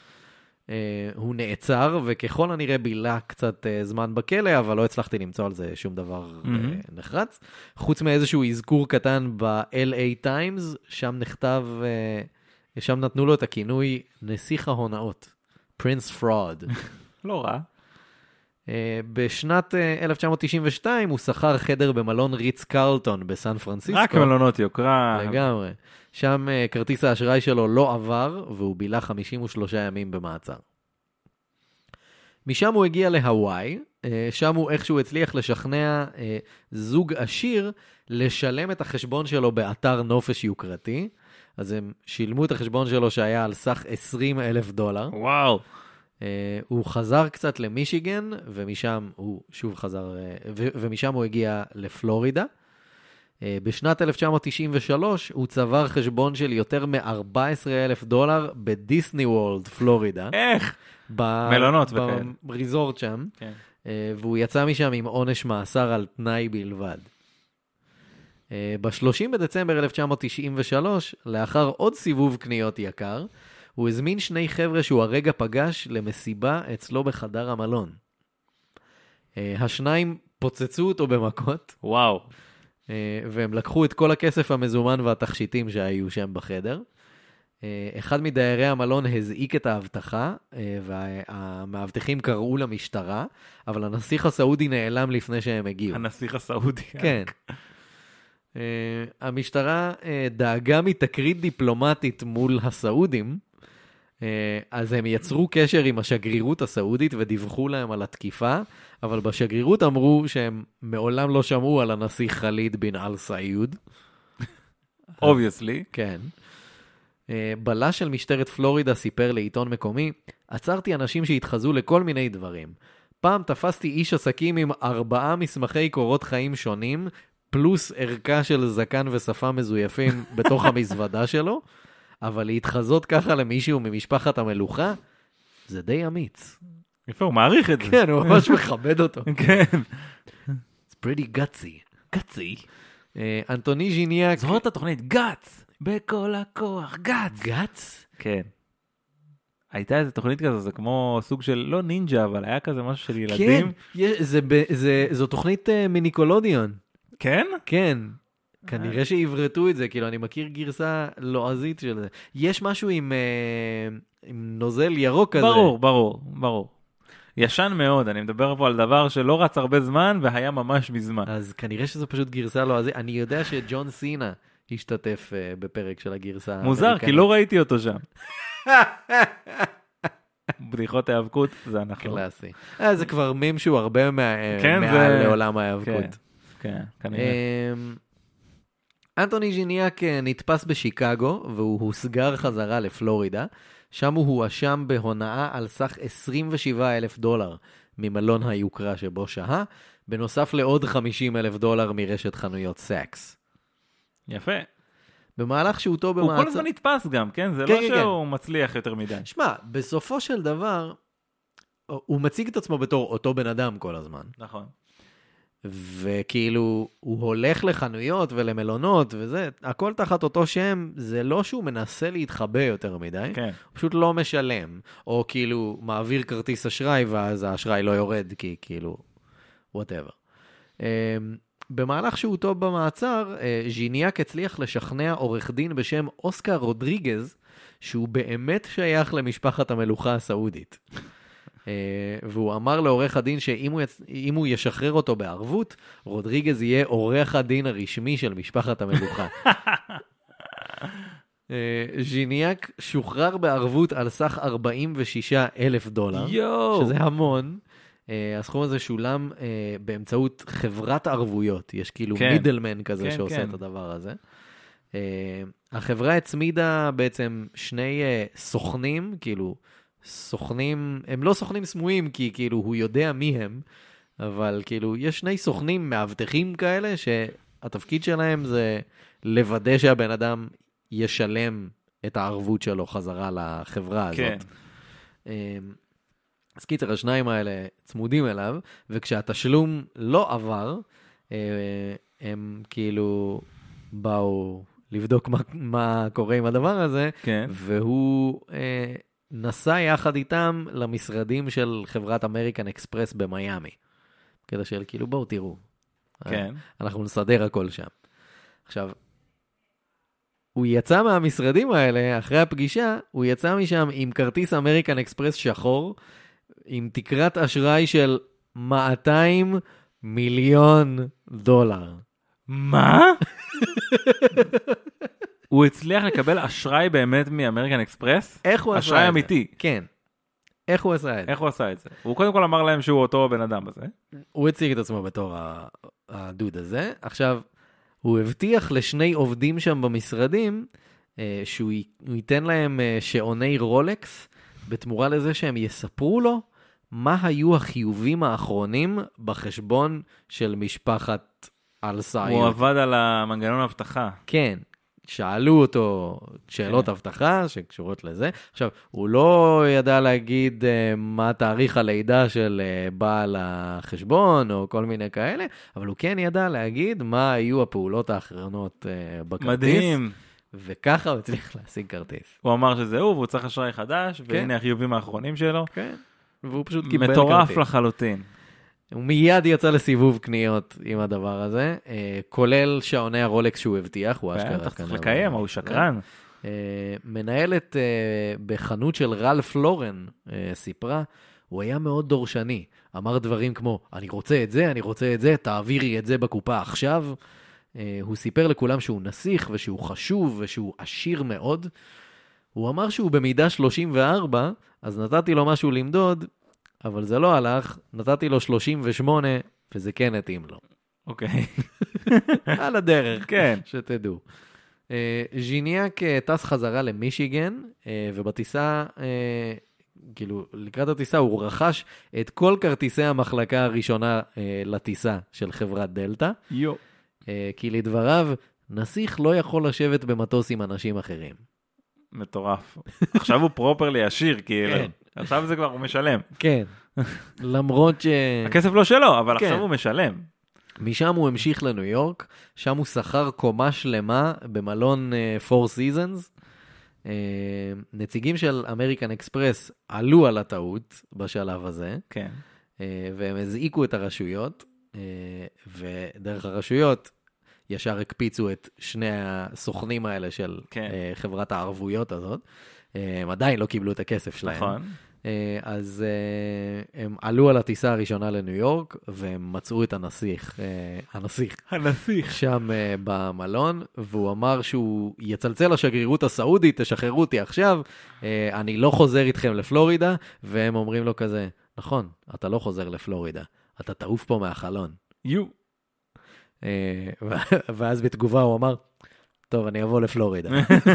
B: הוא נעצר, וככל הנראה בילה קצת זמן בכלא, אבל לא הצלחתי למצוא על זה שום דבר נחרץ. חוץ מאיזשהו אזכור קטן ב-אל איי Times, שם נכתב, שם נתנו לו את הכינוי נסיך ההונאות. פרינס פרוד.
A: לא רע.
B: בשנת אלף תשע מאות תשעים ושתיים הוא שכר חדר במלון ריץ קרלטון בסן פרנסיסקו.
A: רק מלונות יוקרה.
B: לגמרי. שם כרטיס האשראי שלו לא עבר, והוא בילה חמישים ושלושה ימים במעצר. משם הוא הגיע להוואי, שם הוא איכשהו הצליח לשכנע זוג עשיר לשלם את החשבון שלו באתר נופש יוקרתי, אז הם שילמו את החשבון שלו שהיה על סך עשרים אלף דולר.
A: וואו.
B: Uh, הוא חזר קצת למישיגן, ומשם הוא שוב חזר, uh, ו- ומשם הוא הגיע לפלורידה. Uh, בשנת אלף תשע מאות תשעים ושלוש הוא צבר חשבון של יותר מ-ארבעה עשר אלף דולר בדיסני וורלד, פלורידה.
A: איך?
B: ב-
A: מלונות וכאלה.
B: בריזורט שם.
A: כן.
B: Uh, והוא יצא משם עם עונש מאסר על תנאי בלבד. ב-שלושים בדצמבר אלף תשע מאות תשעים ושלוש, לאחר עוד סיבוב קניות יקר, הוא הזמין שני חבר'ה שהוא הרגע פגש למסיבה אצלו בחדר המלון. השניים פוצצו אותו במכות.
A: וואו.
B: והם לקחו את כל הכסף המזומן והתכשיטים שהיו שם בחדר. אחד מדיירי המלון הזעיק את ההבטחה, והמאבטחים קראו למשטרה, אבל הנסיך הסעודי נעלם לפני שהם הגיעו.
A: הנסיך הסעודי.
B: כן. המשטרה דאגה מתקרית דיפלומטית מול הסעודים, אז הם יצרו קשר עם השגרירות הסעודית ודיווחו להם על התקיפה, אבל בשגרירות אמרו שהם מעולם לא שמעו על הנסיך חליד בן אל סעיוד.
A: Obviously.
B: כן. בלש של משטרת פלורידה סיפר לעיתון מקומי, עצרתי אנשים שהתחזו לכל מיני דברים. פעם תפסתי איש עסקים עם ארבעה מסמכי קורות חיים שונים, פלוס ערכה של זקן ושפה מזויפים בתוך המזוודה שלו, אבל להתחזות ככה למישהו ממשפחת המלוכה, זה די אמיץ.
A: יפה, הוא מעריך את זה.
B: כן, הוא ממש מכבד אותו.
A: כן.
B: It's pretty gutsy.
A: גאצי.
B: אנטוני ז'יניאק.
A: זוכר את התוכנית גאץ, בכל הכוח, גאץ.
B: גאץ?
A: כן. הייתה איזו תוכנית כזו, זה כמו סוג של, לא נינג'ה, אבל היה כזה משהו של ילדים.
B: כן, זה, זה, זו תוכנית מניקולודיון.
A: כן?
B: כן. כנראה שעברתו את זה, כאילו אני מכיר גרסה לועזית של זה. יש משהו עם, עם נוזל ירוק כזה.
A: ברור, ברור, ברור. ישן מאוד, אני מדבר פה על דבר שלא רץ הרבה זמן והיה ממש מזמן.
B: אז כנראה שזו פשוט גרסה לועזית. אני יודע שג'ון סינה השתתף בפרק של הגרסה.
A: מוזר, כי לא ראיתי אותו שם. בדיחות ההיאבקות, זה אנחנו.
B: קלאסי. זה כבר מים שהוא הרבה מעל לעולם ההיאבקות.
A: כן, כנראה.
B: אנטוני ז'יניאק נתפס בשיקגו, והוא הוסגר חזרה לפלורידה. שם הוא הואשם בהונאה על סך עשרים ושבעה אלף דולר ממלון היוקרה שבו שהה, בנוסף לעוד חמישים אלף דולר מרשת חנויות סקס.
A: יפה.
B: במהלך שהותו
A: במעצר... הוא כל הזמן נתפס גם, כן? זה כן, לא כן, שהוא כן. מצליח יותר מדי.
B: שמע, בסופו של דבר, הוא מציג את עצמו בתור אותו בן אדם כל הזמן.
A: נכון.
B: וכאילו, הוא הולך לחנויות ולמלונות וזה, הכל תחת אותו שם, זה לא שהוא מנסה להתחבא יותר מדי,
A: כן.
B: הוא פשוט לא משלם, או כאילו, מעביר כרטיס אשראי, ואז האשראי לא יורד, כי כאילו, whatever. במהלך שהותו במעצר, ז'יניאק הצליח לשכנע עורך דין בשם אוסקר רודריגז, שהוא באמת שייך למשפחת המלוכה הסעודית. והוא אמר לעורך הדין שאם הוא, יצ... הוא ישחרר אותו בערבות, רודריגז יהיה עורך הדין הרשמי של משפחת המלוכה. ז'יניאק שוחרר בערבות על סך ארבעים ושישה אלף דולר,
A: יו.
B: שזה המון. הסכום הזה שולם באמצעות חברת ערבויות. יש כאילו כן. מידלמן כזה כן, שעושה כן. את הדבר הזה. החברה הצמידה בעצם שני סוכנים, כאילו, סוכנים, הם לא סוכנים סמויים, כי כאילו הוא יודע מי הם, אבל כאילו יש שני סוכנים מאבטחים כאלה, שהתפקיד שלהם זה לוודא שהבן אדם ישלם את הערבות שלו חזרה לחברה הזאת. כן. אז קיצר, השניים האלה צמודים אליו, וכשהתשלום לא עבר, הם כאילו באו לבדוק מה, מה קורה עם הדבר הזה,
A: כן.
B: והוא נסע יחד איתם למשרדים של חברת אמריקן אקספרס במיימי. כדי של כאילו בואו תראו.
A: כן.
B: אנחנו נסדר הכל שם. עכשיו, הוא יצא מהמשרדים האלה, אחרי הפגישה, הוא יצא משם עם כרטיס אמריקן אקספרס שחור, עם תקרת אשראי של מאתיים מיליון דולר.
A: מה? הוא הצליח לקבל אשראי באמת מאמריקן אקספרס?
B: איך הוא עשה את זה?
A: אשראי אמיתי.
B: כן. איך הוא עשה את זה?
A: איך הוא עשה את זה? הוא קודם כל אמר להם שהוא אותו בן אדם הזה.
B: הוא הציג את עצמו בתור הדוד הזה. עכשיו, הוא הבטיח לשני עובדים שם במשרדים, שהוא ייתן להם שעוני רולקס, בתמורה לזה שהם יספרו לו מה היו החיובים האחרונים בחשבון של משפחת אל סעיוד.
A: הוא עבד על המנגנון הבטחה.
B: כן, שאלו אותו שאלות הבטחה שקשורות לזה. עכשיו, הוא לא ידע להגיד מה תאריך הלידה של בעל החשבון או כל מיני כאלה, אבל הוא כן ידע להגיד מה היו הפעולות האחרונות בכרטיס.
A: מדהים.
B: וככה הוא הצליח להשיג כרטיס.
A: הוא אמר שזה הוא, והוא צריך אשראי חדש, והנה החיובים האחרונים שלו.
B: כן, והוא פשוט קיבל כרטיס.
A: מטורף לחלוטין.
B: הוא מיד יצא לסיבוב קניות עם הדבר הזה, כולל שעוני הרולקס שהוא הבטיח, הוא אשכרה.
A: אתה צריך לקיים, הוא שקרן.
B: מנהלת בחנות של רלף לורן סיפרה, הוא היה מאוד דורשני, אמר דברים כמו, אני רוצה את זה, אני רוצה את זה, תעבירי את זה בקופה עכשיו. הוא סיפר לכולם שהוא נסיך ושהוא חשוב ושהוא עשיר מאוד. הוא אמר שהוא במידה שלושים וארבע, אז נתתי לו משהו למדוד, אבל זה לא הלך, נתתי לו שלושים ושמונה, וזה כן התאים לו.
A: אוקיי.
B: על הדרך,
A: כן.
B: שתדעו. ז'יניאק טס חזרה למישיגן, ובטיסה, כאילו, לקראת הטיסה הוא רכש את כל כרטיסי המחלקה הראשונה לטיסה של חברת דלטה.
A: יו.
B: כי לדבריו, נסיך לא יכול לשבת במטוס עם אנשים אחרים.
A: מטורף. עכשיו הוא פרופרלי עשיר, כאילו. עכשיו זה כבר הוא משלם.
B: כן. למרות ש...
A: הכסף לא שלו, אבל עכשיו הוא משלם.
B: משם הוא המשיך לניו יורק, שם הוא שכר קומה שלמה במלון Four Seasons. נציגים של אמריקן אקספרס עלו על הטעות בשלב הזה.
A: כן.
B: והם הזעיקו את הרשויות, ודרך הרשויות ישר הקפיצו את שני הסוכנים האלה של כן. חברת הערבויות הזאת. הם עדיין לא קיבלו את הכסף שלהם.
A: נכון.
B: אז הם עלו על הטיסה הראשונה לניו יורק, והם מצאו את הנסיך, הנסיך,
A: הנסיך.
B: שם במלון, והוא אמר שהוא יצלצל לשגרירות הסעודית, תשחררו אותי עכשיו, אני לא חוזר איתכם לפלורידה, והם אומרים לו כזה, נכון, אתה לא חוזר לפלורידה, אתה תעוף פה מהחלון.
A: יו.
B: ואז בתגובה הוא אמר, טוב, אני אבוא לפלורידה.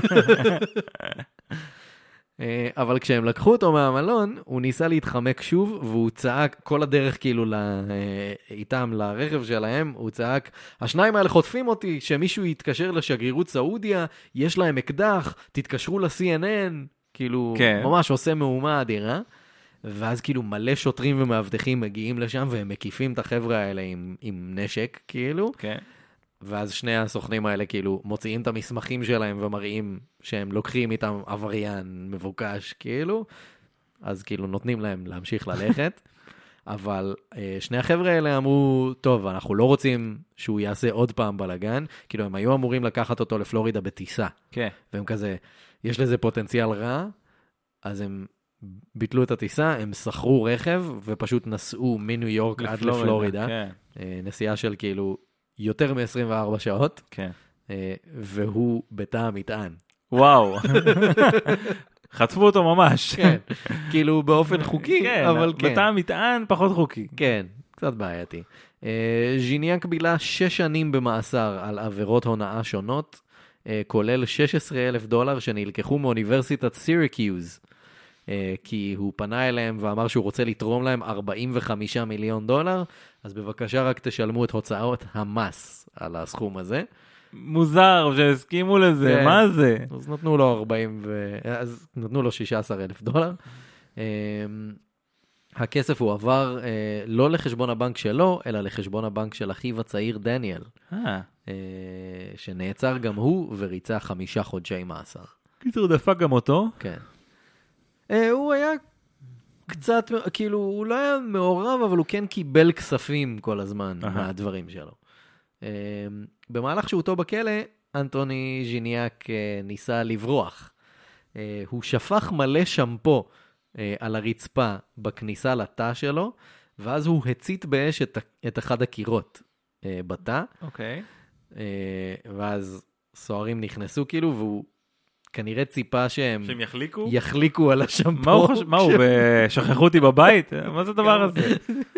B: אבל כשהם לקחו אותו מהמלון, הוא ניסה להתחמק שוב, והוא צעק כל הדרך כאילו איתם לרכב שלהם, הוא צעק, השניים האלה חוטפים אותי, שמישהו יתקשר לשגרירות סעודיה, יש להם אקדח, תתקשרו ל-סי אן אן, כאילו כן. ממש עושה מהומה אדירה, ואז כאילו מלא שוטרים ומאבטחים מגיעים לשם, והם מקיפים את החבר'ה האלה עם, עם נשק, כאילו. כן. ואז שני הסוכנים האלה כאילו מוציאים את המסמכים שלהם ומראים שהם לוקחים איתם עבריין מבוקש, כאילו. אז כאילו נותנים להם להמשיך ללכת. אבל שני החבר'ה האלה אמרו, טוב, אנחנו לא רוצים שהוא יעשה עוד פעם בלגן. כאילו הם היו אמורים לקחת אותו לפלורידה בטיסה. כן. והם כזה, יש לזה פוטנציאל רע, אז הם ביטלו את הטיסה, הם שכרו רכב ופשוט נסעו מניו יורק עד לפלורידה. כן. נסיעה של כאילו יותר מ-עשרים וארבע שעות. כן. והוא בתא המטען.
A: וואו. חטפו אותו ממש.
B: כן. כאילו באופן חוקי,
A: כן,
B: אבל כן.
A: בתא המטען פחות חוקי.
B: כן, קצת בעייתי. ז'יניאק בילה שש שנים במאסר על עבירות הונאה שונות, כולל שישה עשר אלף דולר שנלקחו מאוניברסיטת סירקיוז. כי הוא פנה אליהם ואמר שהוא רוצה לתרום להם ארבעים וחמישה מיליון דולר, אז בבקשה רק תשלמו את הוצאות המס על הסכום הזה.
A: מוזר שהסכימו לזה, כן. מה זה?
B: אז נתנו לו ארבעים ו... אז נתנו לו שישה עשר אלף דולר. הכסף הוא עבר לא לחשבון הבנק שלו, אלא לחשבון הבנק של אחיו הצעיר דניאל, שנעצר גם הוא וריצה חמישה חודשי מאסר.
A: קיצור דפק גם אותו?
B: כן. הוא היה קצת, כאילו, הוא לא היה מעורב, אבל הוא כן קיבל כספים כל הזמן מהדברים שלו. במהלך שהותו בכלא, אנטוני ז'יניאק ניסה לברוח. הוא שפך מלא שמפו על הרצפה בכניסה לתא שלו, ואז הוא הצית באש את, את אחד הקירות בתא. אוקיי. ואז סוהרים נכנסו כאילו, והוא כנראה ציפה שהם...
A: שהם יחליקו?
B: יחליקו על השמפו.
A: מה הוא חושב? מה הוא? שכחו אותי בבית? מה זה הדבר הזה?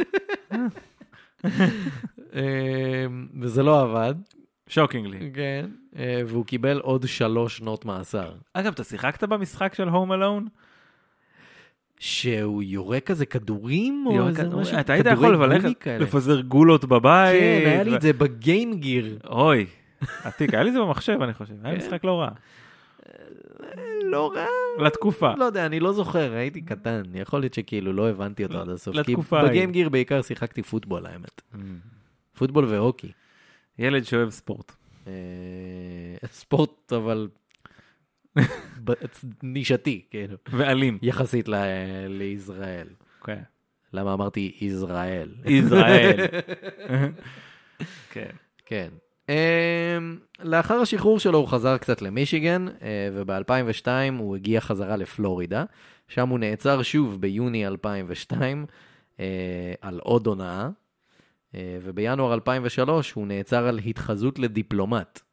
B: וזה לא עבד.
A: שוקינגלי.
B: כן. והוא קיבל עוד שלוש שנות מאסר.
A: אגב, אתה שיחקת במשחק של Home Alone?
B: שהוא יורה כזה כדורים? או איזה משהו?
A: אתה היית יכול ללכת לפזר גולות בבית?
B: כן, היה לי את זה בגיים גיר.
A: אוי, עתיק, היה לי זה במחשב, אני חושב. היה משחק לא רע.
B: לא רע.
A: לתקופה.
B: לא יודע, אני לא זוכר, הייתי קטן. יכול להיות שכאילו לא הבנתי אותו עד הסוף.
A: לתקופה.
B: בגיים גיר בעיקר שיחקתי פוטבול, האמת. פוטבול והוקי.
A: ילד שאוהב ספורט.
B: ספורט, אבל נישתי, כאילו.
A: ואלים.
B: יחסית ל... לישראל.
A: כן.
B: למה אמרתי ישראל?
A: ישראל. כן.
B: כן. לאחר השחרור שלו הוא חזר קצת למישיגן, וב-אלפיים ושתיים הוא הגיע חזרה לפלורידה, שם הוא נעצר שוב ביוני אלפיים ושתיים על עוד הונאה, ובינואר אלפיים ושלוש הוא נעצר על התחזות לדיפלומט.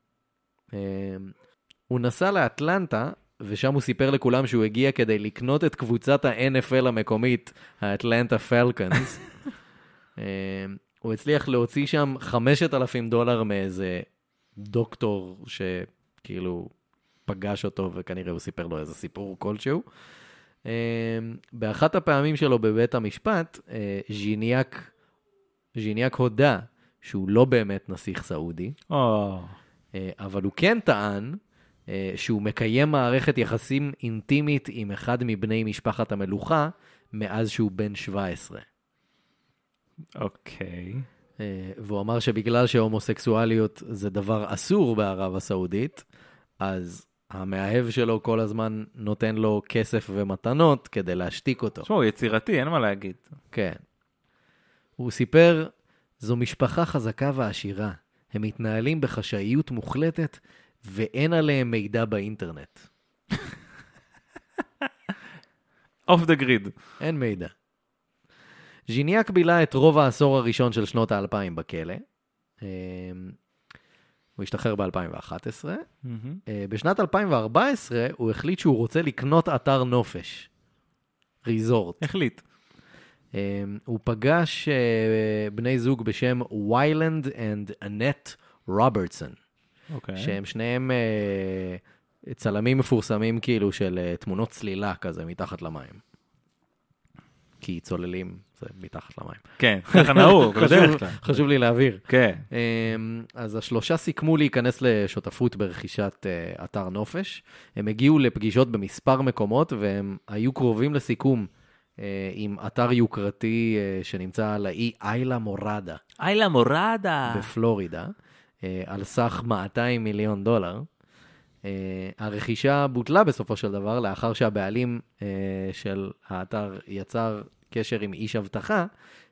B: הוא נסע לאטלנטה, ושם הוא סיפר לכולם שהוא הגיע כדי לקנות את קבוצת ה-אן אף אל המקומית, האטלנטה פלקונס. הוא הצליח להוציא שם חמשת אלפים דולר מאיזה דוקטור שכאילו פגש אותו, וכנראה הוא סיפר לו איזה סיפור כלשהו. באחת הפעמים שלו בבית המשפט, ז'יניאק, ז'יניאק הודה שהוא לא באמת נסיך סעודי,
A: Oh.
B: אבל הוא כן טען שהוא מקיים מערכת יחסים אינטימית עם אחד מבני משפחת המלוכה, מאז שהוא בן שבע עשרה.
A: אוקיי.
B: Okay. והוא אמר שבגלל שהומוסקסואליות זה דבר אסור בערב הסעודית, אז המאהב שלו כל הזמן נותן לו כסף ומתנות כדי להשתיק אותו.
A: תשמעו, הוא יצירתי, אין מה להגיד.
B: כן. הוא סיפר, זו משפחה חזקה ועשירה. הם מתנהלים בחשאיות מוחלטת, ואין עליהם מידע באינטרנט.
A: Off the grid.
B: אין מידע. ז'יניאק בילה את רוב העשור הראשון של שנות האלפיים בכלא. הוא השתחרר ב-אלפיים ואחת עשרה.
A: Mm-hmm.
B: בשנת אלפיים וארבע עשרה הוא החליט שהוא רוצה לקנות אתר נופש. ריזורט.
A: החליט.
B: הוא פגש בני זוג בשם ויילנד אנד אנט רוברטסון.
A: אוקיי.
B: שהם שניהם צלמים מפורסמים כאילו של תמונות צלילה כזה מתחת למים. כי צוללים זה מתחת למים.
A: כן, ככה נהוג.
B: חשוב לי להעביר.
A: כן.
B: אז השלושה סיכמו להיכנס לשותפות ברכישת אתר נופש. הם הגיעו לפגישות במספר מקומות, והם היו קרובים לסיכום עם אתר יוקרתי שנמצא על האי איילה מורדה.
A: איילה מורדה.
B: בפלורידה, על סך מאתיים מיליון דולר. הרכישה בוטלה בסופו של דבר, לאחר שהבעלים של האתר יצר קשר עם איש הבטחה,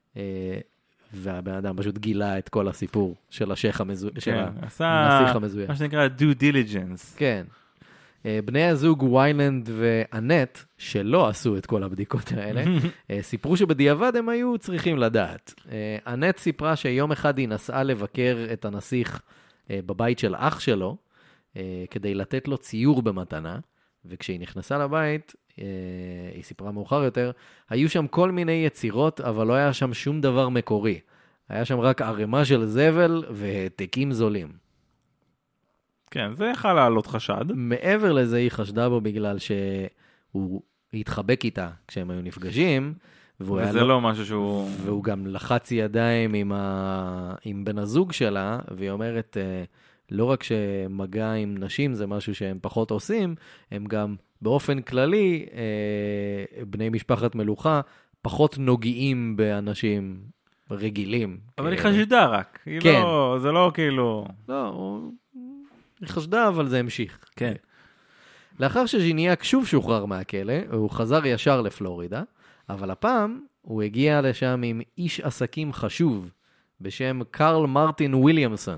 B: והבן אדם פשוט גילה את כל הסיפור של השייך המזויף, של הנסיך המזויף.
A: מה שנקרא due diligence.
B: כן. בני הזוג ויילנד ואנט, שלא עשו את כל הבדיקות האלה, סיפרו שבדיעבד הם היו צריכים לדעת. אנט סיפרה שיום אחד היא נסעה לבקר את הנסיך בבית של אח שלו, כדי לתת לו ציור במתנה, וכשהיא נכנסה לבית, היא סיפרה מאוחר יותר, היו שם כל מיני יצירות, אבל לא היה שם שום דבר מקורי. היה שם רק ערימה של זבל והעתקים זולים.
A: כן, זה יכול לעלות חשד.
B: מעבר לזה היא חשדה בו בגלל שהוא התחבק איתה כשהם היו נפגשים,
A: וזה לא, לא משהו שהוא...
B: והוא גם לחץ ידיים עם, ה... עם בן הזוג שלה, והיא אומרת, לא רק שמגע עם נשים זה משהו שהם פחות עושים, הם גם באופן כללי, בני משפחת מלוכה, פחות נוגעים באנשים רגילים.
A: אבל היא חשדה רק. היא כן. לא, זה לא כאילו...
B: לא, היא חשדה, אבל זה המשיך.
A: כן.
B: לאחר שז'יניאק שוב שוחרר מהכלא, הוא חזר ישר לפלורידה, אבל הפעם הוא הגיע לשם עם איש עסקים חשוב, בשם קרל מרטין וויליאמסון,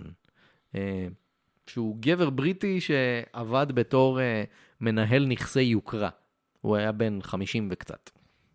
B: שהוא גבר בריטי שעבד בתור מנהל נכסי יוקרה. הוא היה בן חמישים וקצת.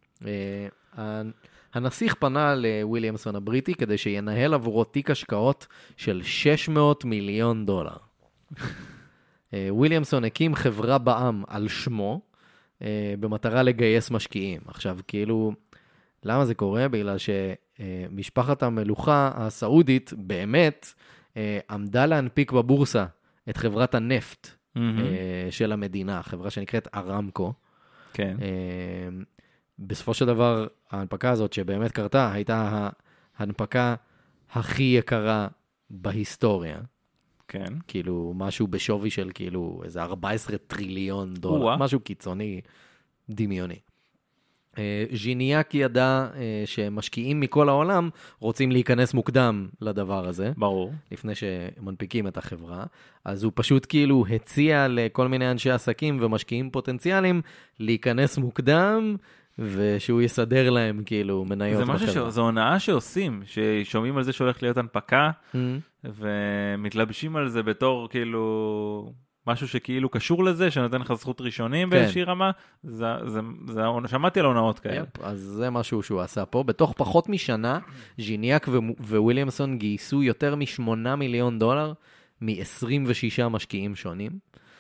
B: הנסיך פנה לוויליאמסון הבריטי כדי שינהל עבורו תיק השקעות של שש מאות מיליון דולר. וויליאמסון הקים חברה בעם על שמו, במטרה לגייס משקיעים. עכשיו, כאילו, למה זה קורה? בגלל שמשפחת המלוכה הסעודית באמת עמדה להנפיק בבורסה את חברת הנפט mm-hmm. של המדינה, חברה שנקראת ארמקו.
A: כן.
B: בסופו של דבר, ההנפקה הזאת שבאמת קרתה, הייתה ההנפקה הכי יקרה בהיסטוריה.
A: כן.
B: כאילו, משהו בשווי של כאילו איזה ארבעה עשר טריליון דולר, משהו קיצוני, דמיוני. ז'יניאק ידע שמשקיעים מכל העולם רוצים להיכנס מוקדם לדבר הזה.
A: ברור.
B: לפני שמנפיקים את החברה. אז הוא פשוט כאילו הציע לכל מיני אנשי עסקים ומשקיעים פוטנציאליים להיכנס מוקדם, ושהוא יסדר להם כאילו מניות בחברה.
A: זה משהו, זו הונאה שעושים, ששומעים על זה שהולך להיות הנפקה, ומתלבשים על זה בתור כאילו... משהו שכאילו קשור לזה, שנותן לך זכות ראשונים באיזושהי רמה, זה, זה, זה, שמעתי על הונאות כאלה.
B: יפ, אז זה משהו שהוא עשה פה. בתוך פחות משנה, ז'יניאק וויליאמסון גייסו יותר משמונה מיליון דולר, מ-עשרים ושישה משקיעים שונים.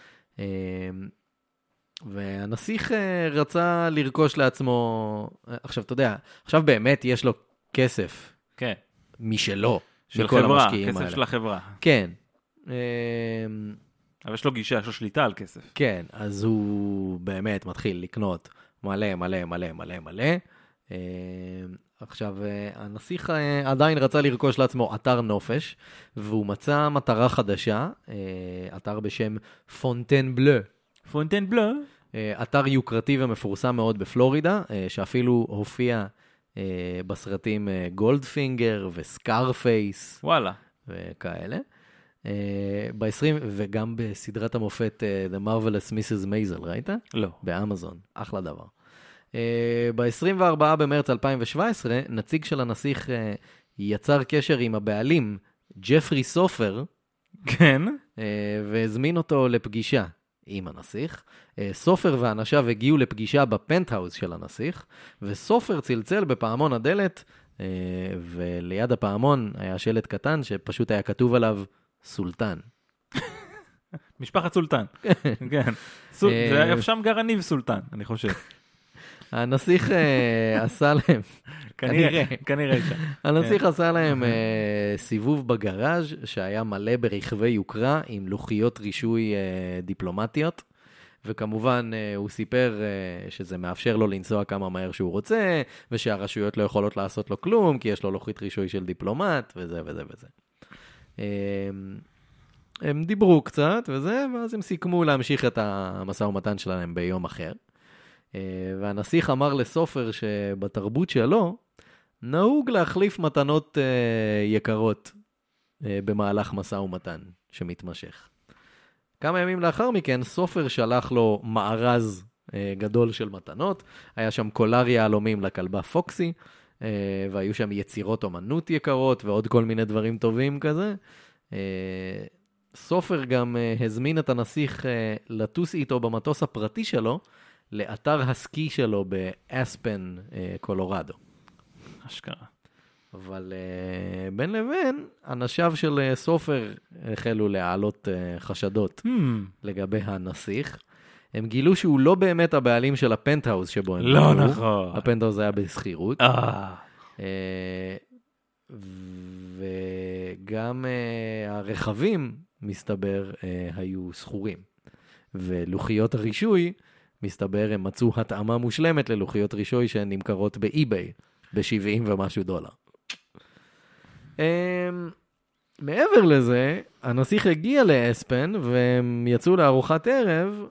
B: והנסיך רצה לרכוש לעצמו, עכשיו אתה יודע, עכשיו באמת יש לו כסף.
A: כן.
B: משלו.
A: של חברה, כסף האלה. של החברה.
B: כן.
A: אבל יש לו גישה, יש לו שליטה על כסף.
B: כן, אז הוא באמת מתחיל לקנות מלא, מלא, מלא, מלא, מלא. עכשיו, הנסיך עדיין רצה לרכוש לעצמו אתר נופש, והוא מצא מטרה חדשה, אתר בשם פונטן בלו.
A: פונטן בלו?
B: אתר יוקרתי ומפורסם מאוד בפלורידה, שאפילו הופיע בסרטים גולדפינגר וסקארפייס.
A: וואלה.
B: וכאלה. ב-עשרים, וגם בסדרת המופת The Marvelous מיסס Maisel, ראית?
A: לא.
B: באמזון, אחלה דבר. ב-עשרים וארבעה במרץ אלפיים שבע עשרה, נציג של הנסיך יצר קשר עם הבעלים, ג'פרי סופר,
A: כן.
B: והזמין אותו לפגישה עם הנסיך. סופר ואנשיו הגיעו לפגישה בפנטהאוס של הנסיך, וסופר צלצל בפעמון הדלת, וליד הפעמון היה שלט קטן שפשוט היה כתוב עליו סולטן.
A: משפחת סולטן. כן. שם גר הניב סולטן, אני חושב.
B: הנסיך עשה להם...
A: כנראה, כנראה.
B: הנסיך עשה להם סיבוב בגראז' שהיה מלא ברכבי יוקרה עם לוחיות רישוי דיפלומטיות. וכמובן הוא סיפר שזה מאפשר לו לנסוע כמה מהר שהוא רוצה, ושהרשויות לא יכולות לעשות לו כלום, כי יש לו לוחית רישוי של דיפלומט, וזה וזה וזה. הם דיברו קצת וזה, ואז הם סיכמו להמשיך את המשא ומתן שלהם ביום אחר. והנסיך אמר לסופר שבתרבות שלו, נהוג להחליף מתנות יקרות במהלך משא ומתן שמתמשך. כמה ימים לאחר מכן, סופר שלח לו מארז אה, גדול של מתנות. היה שם קולר יהלומים לכלבה פוקסי, אה, והיו שם יצירות אומנות יקרות, ועוד כל מיני דברים טובים כזה. אה, סופר גם אה, הזמין את הנסיך אה, לטוס איתו במטוס הפרטי שלו, לאתר הסקי שלו באספן, אה, קולורדו.
A: אשכרה.
B: אבל uh, בין לבין, אנשיו של uh, סופר החלו להעלות uh, חשדות hmm. לגבי הנסיך. הם גילו שהוא לא באמת הבעלים של הפנטהאוס שבו הם
A: לא גילו. נכון.
B: הפנטהאוס היה בסחירות.
A: אה.
B: Uh, וגם uh, הרכבים, מסתבר, uh, היו סחורים. ולוחיות הרישוי, מסתבר, הם מצאו התאמה מושלמת ללוחיות רישוי שהן נמכרות באי-ביי, ב-שבעים ומשהו דולר. Um, מעבר לזה, הנסיך הגיע לאספן, והם יצאו לארוחת ערב,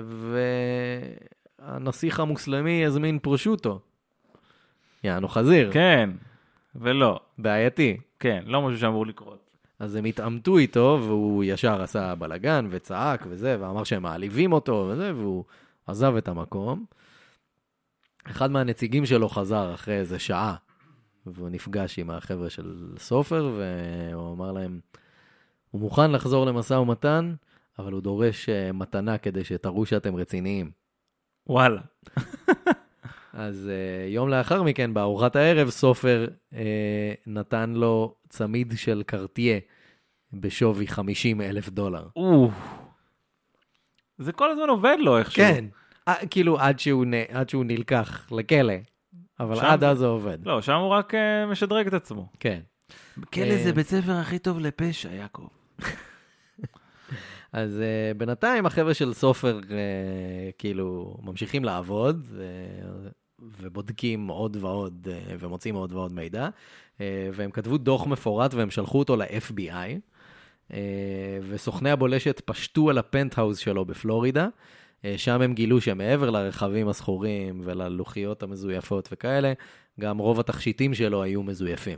B: והנסיך המוסלמי הזמין פרושוטו. יענו חזיר.
A: כן, ולא.
B: בעייתי.
A: כן, לא משהו שאמור לקרות.
B: אז הם התעמתו איתו, והוא ישר עשה בלגן, וצעק וזה, ואמר שהם מעליבים אותו וזה, והוא עזב את המקום. אחד מהנציגים שלו חזר אחרי איזה שעה, והוא נפגש עם החבר'ה של סופר, והוא אמר להם, הוא מוכן לחזור למשא ומתן, אבל הוא דורש מתנה כדי שתראו שאתם רציניים.
A: וואלה.
B: אז יום לאחר מכן, בארוחת הערב, סופר נתן לו צמיד של קרטיה, בשווי חמישים אלף דולר.
A: זה כל הזמן עובד לו איכשהו.
B: כן, כאילו עד שהוא, עד שהוא נלקח לכלא. אבל שם, עד אז זה עובד.
A: לא, שם הוא רק uh, משדרג את עצמו.
B: כן.
A: כלא זה בית ספר הכי טוב לפשע, יעקב.
B: אז uh, בינתיים החבר'ה של סופר uh, כאילו ממשיכים לעבוד, ו... ובודקים עוד ועוד, uh, ומוצאים עוד ועוד מידע, uh, והם כתבו דוח מפורט והם שלחו אותו ל-אף בי איי, uh, וסוכני הבולשת פשטו על הפנטהאוס שלו בפלורידה, שם הם גילו שמעבר לרכבים הסחורים וללוחיות המזויפות וכאלה, גם רוב התכשיטים שלו היו מזויפים.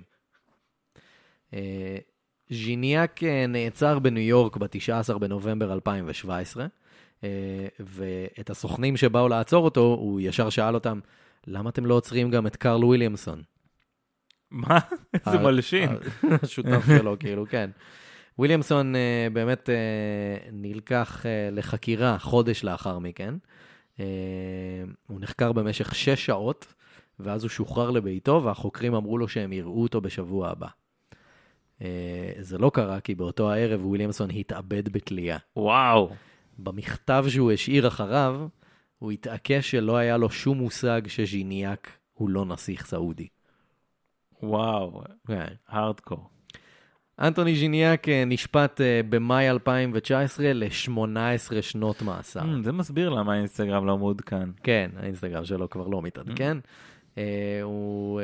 B: ז'יניאק נעצר בניו יורק ב-תשעה עשר בנובמבר אלפיים שבע עשרה, ואת הסוכנים שבאו לעצור אותו, הוא ישר שאל אותם, למה אתם לא עוצרים גם את קרל וויליאמסון?
A: מה? איזה מלשין.
B: השותף שלו, כאילו, כן. וויליאמסון באמת נלקח לחקירה חודש לאחר מכן. הוא נחקר במשך שש שעות, ואז הוא שוחרר לביתו, והחוקרים אמרו לו שהם יראו אותו בשבוע הבא. זה לא קרה, כי באותו הערב וויליאמסון התאבד בתלייה.
A: וואו.
B: במכתב שהוא השאיר אחריו, הוא התעקש שלא היה לו שום מושג שז'יניאק הוא לא נסיך סעודי.
A: וואו, הארדקור.
B: אנטוני ז'יניאק נשפט במאי אלפיים תשע עשרה ל-שמונה עשרה שנות מאסר.
A: זה מסביר למה האינסטגרם לא מעודכן.
B: כן, האינסטגרם שלו כבר לא מתעדכן. הוא...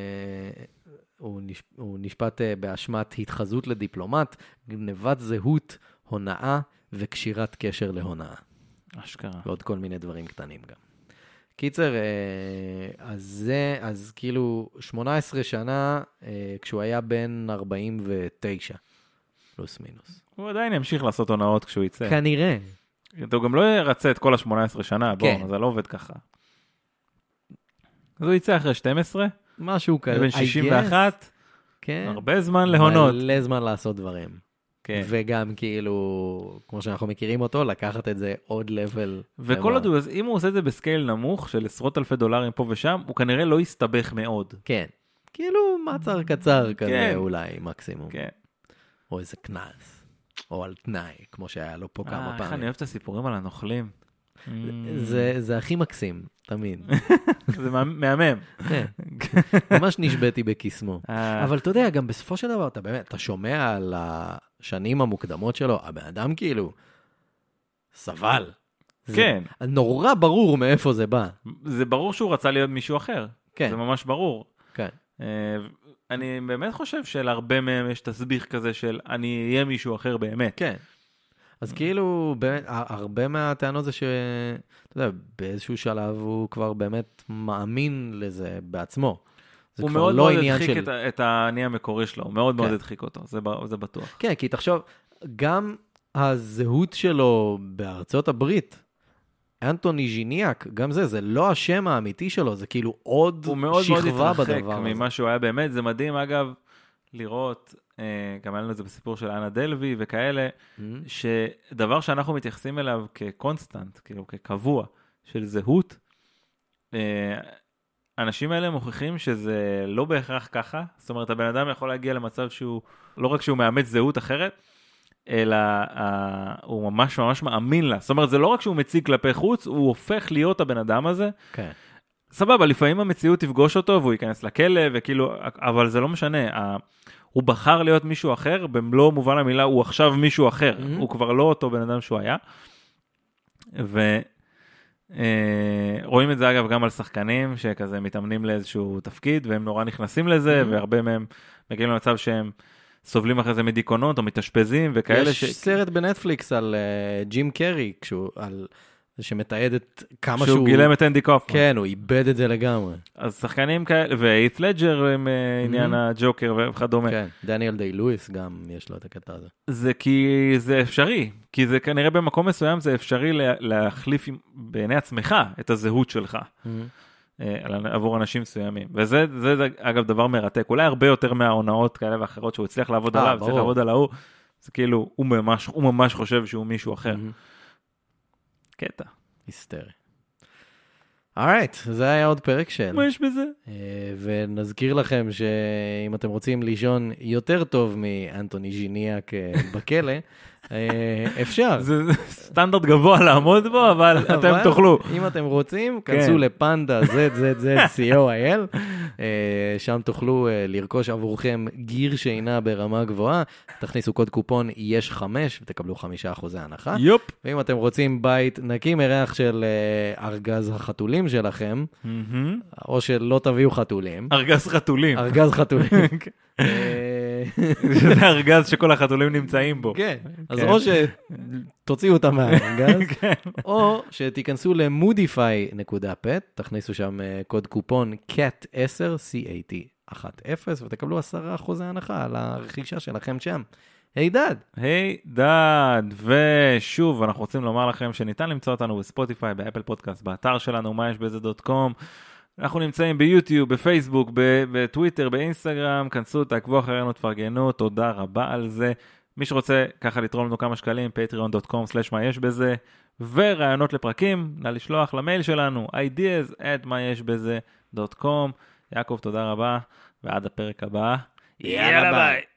B: הוא נשפט באשמת התחזות לדיפלומט, גנבת זהות, הונאה וקשירת קשר להונאה.
A: אשכרה.
B: ועוד כל מיני דברים קטנים גם. קיצר, אז זה, אז כאילו שמונה עשרה שנה, כשהוא היה בן ארבעים ותשע, פלוס מינוס.
A: הוא עדיין ימשיך לעשות הונאות כשהוא יצא.
B: כנראה.
A: הוא גם לא ירצה את כל ה-שמונה עשרה שנה, בוא, זה לא עובד ככה. אז הוא יצא אחרי שתים עשרה?
B: משהו כזה.
A: בן שישים ואחת?
B: כן.
A: הרבה זמן להונות.
B: מלא זמן לעשות דברים.
A: כן.
B: וגם כאילו, כמו שאנחנו מכירים אותו, לקחת את זה עוד לבל.
A: וכל עוד, אז אם הוא עושה את זה בסקייל נמוך, של עשרות אלפי דולרים פה ושם, הוא כנראה לא יסתבך מאוד.
B: כן. כאילו מעצר קצר כזה,
A: כן.
B: אולי מקסימום.
A: כן.
B: או איזה קנס. או על תנאי, כמו שהיה לו פה כמה
A: אה,
B: פעמים.
A: איך אני אוהב את הסיפורים על הנוכלים.
B: זה, זה הכי מקסים, תמיד.
A: זה מהמם.
B: כן. ממש נשבתי בקסמו. אבל אתה יודע, גם בסופו של דבר, אתה באמת, אתה שומע על השנים המוקדמות שלו, הבן אדם כאילו סבל.
A: כן.
B: זה נורא ברור מאיפה זה בא.
A: זה ברור שהוא רצה להיות מישהו אחר.
B: כן.
A: זה ממש ברור.
B: כן.
A: אני באמת חושב שלהרבה מהם יש תסביך כזה של אני אהיה מישהו אחר באמת.
B: כן. אז כאילו, באמת, הרבה מהטענות זה ש... אתה יודע, באיזשהו שלב הוא כבר באמת מאמין לזה בעצמו. זה
A: הוא
B: כבר
A: מאוד
B: לא
A: מאוד
B: עניין
A: הדחיק
B: של...
A: את, את האני המקורי שלו, הוא מאוד
B: כן.
A: מאוד הדחיק אותו, זה, זה בטוח.
B: כן, כי תחשוב, גם הזהות שלו בארצות הברית, אנטוני ז'יניאק, גם זה, זה לא השם האמיתי שלו, זה כאילו עוד
A: הוא מאוד
B: שכבה
A: מאוד
B: בדבר
A: התרחק
B: הזה.
A: ממה שהוא היה באמת, זה מדהים אגב לראות, גם היה לנו את זה בסיפור של אנה דלוי וכאלה,
B: Mm-hmm.
A: שדבר שאנחנו מתייחסים אליו כקונסטנט, כאילו כקבוע של זהות, אנשים האלה מוכיחים שזה לא בהכרח ככה, זאת אומרת הבן אדם יכול להגיע למצב שהוא, לא רק שהוא מאמץ זהות אחרת, אלא uh, הוא ממש ממש מאמין לה. זאת אומרת, זה לא רק שהוא מציג כלפי חוץ, הוא הופך להיות הבן אדם הזה.
B: כן.
A: סבבה, לפעמים המציאות תפגוש אותו, והוא ייכנס לכלא, וכאילו, אבל זה לא משנה. Uh, הוא בחר להיות מישהו אחר, במלוא מובן המילה, הוא עכשיו מישהו אחר. Mm-hmm. הוא כבר לא אותו בן אדם שהוא היה. ורואים uh, את זה אגב גם על שחקנים, שכזה מתאמנים לאיזשהו תפקיד, והם נורא נכנסים לזה, mm-hmm. והרבה מהם מגיעים למצב שהם סובלים אחרי זה מדיכאונות או מתאשפזים וכאלה.
B: יש ש... סרט בנטפליקס על uh, ג'ים קרי, כשהוא, על... שמתעד את כמה שהוא...
A: שהוא גילם את אנדי קופמן.
B: כן, הוא איבד את זה לגמרי.
A: אז שחקנים כאלה, ואית לג'ר עם mm-hmm. עניין הג'וקר וכדומה.
B: כן, דניאל דיי לואיס גם יש לו את הקטע הזה.
A: זה כי זה אפשרי, כי זה כנראה במקום מסוים זה אפשרי להחליף בעיני עצמך את הזהות שלך. Mm-hmm. עבור אנשים מסוימים. וזה, זה, זה, אגב, דבר מרתק. אולי הרבה יותר מההונאות כאלה ואחרות שהוא הצליח לעבוד עליו, צריך לעבוד על ההוא. זה כאילו, הוא ממש, הוא ממש חושב שהוא מישהו אחר. קטע.
B: היסטרי. אורייט, זה היה עוד פרק של.
A: מה יש בזה?
B: ונזכיר לכם שאם אתם רוצים לישון יותר טוב מאנטוני ז'יניאק בכלא, אפשר.
A: זה סטנדרט גבוה לעמוד בו, אבל אתם תוכלו.
B: אם אתם רוצים, כנסו לפנדה זד זד זד סי או איי אל, שם תוכלו לרכוש עבורכם גיר שינה ברמה גבוהה, תכניסו קוד קופון יש חמש ותקבלו חמישה אחוזי הנחה.
A: יופ.
B: ואם אתם רוצים בית נקי מריח של ארגז החתולים שלכם, או שלא תביאו חתולים.
A: ארגז חתולים.
B: ארגז חתולים. שזה
A: ארגז שכל החתולים נמצאים בו.
B: כן, אז או שתוציאו אותם מהארגז, או שתיכנסו ל-moodify נקודה פט, תכניסו שם קוד קופון קאט עשר, C-A-T עשר, ותקבלו עשרה אחוז הנחה על הרכישה שלכם שם. היי דד.
A: היי דד, ושוב אנחנו רוצים לומר לכם שניתן למצוא אותנו בספוטיפיי, באפל פודקאסט, באתר שלנו מה יש בזה דוט קום. אנחנו נמצאים ביוטיוב, בפייסבוק, בטוויטר, באינסטגרם, כנסו, תעקבו אחרינו, תפרגנו, תודה רבה על זה. מי שרוצה ככה לתרום לנו כמה שקלים, פטריון דוט קום סלש מה יש בזה, ורעיונות לפרקים, נא לשלוח למייל שלנו, ideas at מה יש בזה דוט קום. יעקב, תודה רבה, ועד הפרק הבא.
B: יאללה ביי.